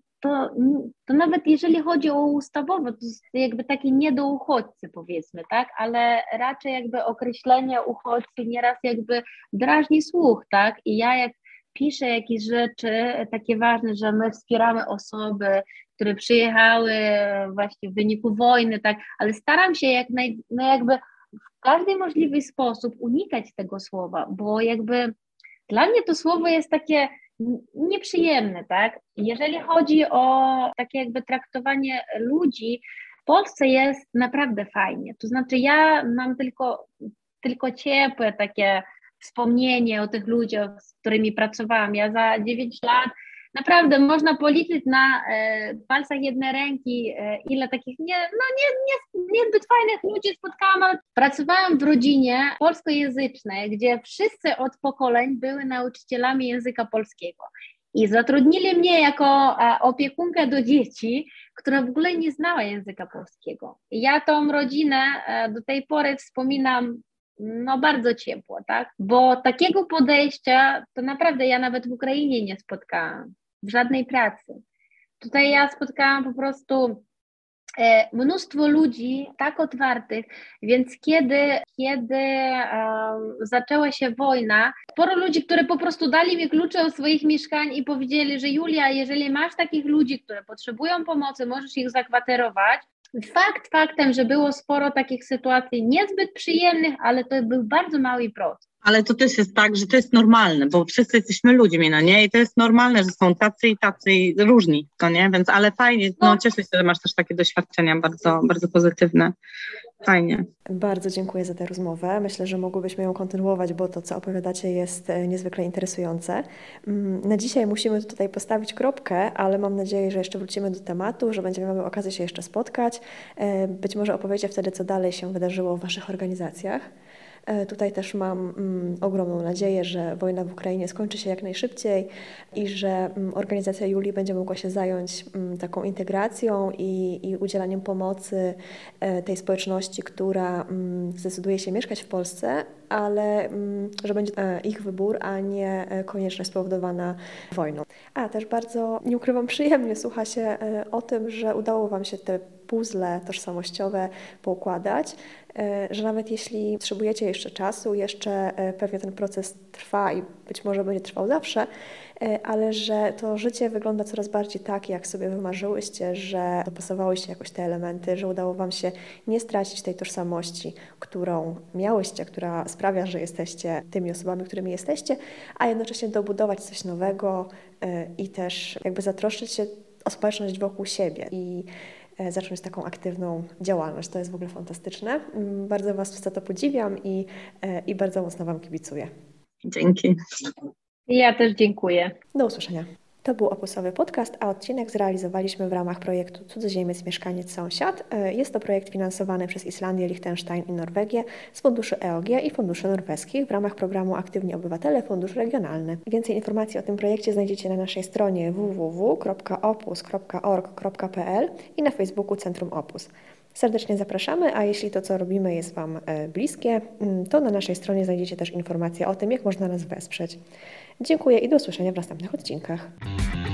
to nawet jeżeli chodzi o ustawowe, to jest jakby takie nie do uchodźcy, powiedzmy, tak? Ale raczej jakby określenie uchodźcy nieraz jakby drażni słuch, tak? I ja jak piszę jakieś rzeczy takie ważne, że my wspieramy osoby, które przyjechały właśnie w wyniku wojny, tak, ale staram się no jakby w każdy możliwy sposób unikać tego słowa, bo jakby dla mnie to słowo jest takie nieprzyjemne, tak. Jeżeli chodzi o takie jakby traktowanie ludzi, w Polsce jest naprawdę fajnie, to znaczy ja mam tylko ciepłe takie wspomnienie o tych ludziach, z którymi pracowałam. Ja za 9 lat naprawdę można policzyć na palcach jednej ręki, ile takich niezbyt fajnych ludzi spotkałam, ale pracowałam w rodzinie polskojęzycznej, gdzie wszyscy od pokoleń były nauczycielami języka polskiego. I zatrudnili mnie jako opiekunkę do dzieci, która w ogóle nie znała języka polskiego. I ja tą rodzinę do tej pory wspominam no bardzo ciepło, tak? Bo takiego podejścia to naprawdę ja nawet w Ukrainie nie spotkałam, w żadnej pracy. Tutaj ja spotkałam po prostu mnóstwo ludzi tak otwartych, więc kiedy zaczęła się wojna, sporo ludzi, które po prostu dali mi klucze od swoich mieszkań i powiedzieli, że Julia, jeżeli masz takich ludzi, które potrzebują pomocy, możesz ich zakwaterować. Faktem, że było sporo takich sytuacji niezbyt przyjemnych, ale to był bardzo mały procent. Ale to też jest tak, że to jest normalne, bo wszyscy jesteśmy ludźmi, no nie? I to jest normalne, że są tacy i różni, no nie? Więc ale fajnie, no cieszę się, że masz też takie doświadczenia bardzo, bardzo pozytywne. Fajnie. Bardzo dziękuję za tę rozmowę. Myślę, że mogłybyśmy ją kontynuować, bo to, co opowiadacie, jest niezwykle interesujące. Na dzisiaj musimy tutaj postawić kropkę, ale mam nadzieję, że jeszcze wrócimy do tematu, że będziemy mieli okazję się jeszcze spotkać. Być może opowiecie wtedy, co dalej się wydarzyło w Waszych organizacjach. Tutaj też mam ogromną nadzieję, że wojna w Ukrainie skończy się jak najszybciej i że organizacja Julii będzie mogła się zająć taką integracją i udzielaniem pomocy tej społeczności, która zdecyduje się mieszkać w Polsce, ale że będzie ich wybór, a nie konieczność spowodowana wojną. A też bardzo, nie ukrywam, przyjemnie słucha się o tym, że udało Wam się te puzzle tożsamościowe poukładać, że nawet jeśli potrzebujecie jeszcze czasu, jeszcze pewnie ten proces trwa i być może będzie trwał zawsze, ale że to życie wygląda coraz bardziej tak, jak sobie wymarzyłyście, że dopasowałyście jakoś te elementy, że udało Wam się nie stracić tej tożsamości, którą miałyście, która sprawia, że jesteście tymi osobami, którymi jesteście, a jednocześnie dobudować coś nowego i też jakby zatroszczyć się o społeczność wokół siebie i zacząć taką aktywną działalność. To jest w ogóle fantastyczne. Bardzo Was za to podziwiam i bardzo mocno Wam kibicuję. Dzięki. Ja też dziękuję. Do usłyszenia. To był Opusowy Podcast, a odcinek zrealizowaliśmy w ramach projektu Cudzoziemiec, Mieszkaniec, Sąsiad. Jest to projekt finansowany przez Islandię, Liechtenstein i Norwegię z funduszy EOG i funduszy norweskich w ramach programu Aktywni Obywatele Fundusz Regionalny. Więcej informacji o tym projekcie znajdziecie na naszej stronie www.opus.org.pl i na Facebooku Centrum Opus. Serdecznie zapraszamy, a jeśli to, co robimy, jest Wam bliskie, to na naszej stronie znajdziecie też informacje o tym, jak można nas wesprzeć. Dziękuję i do usłyszenia w następnych odcinkach.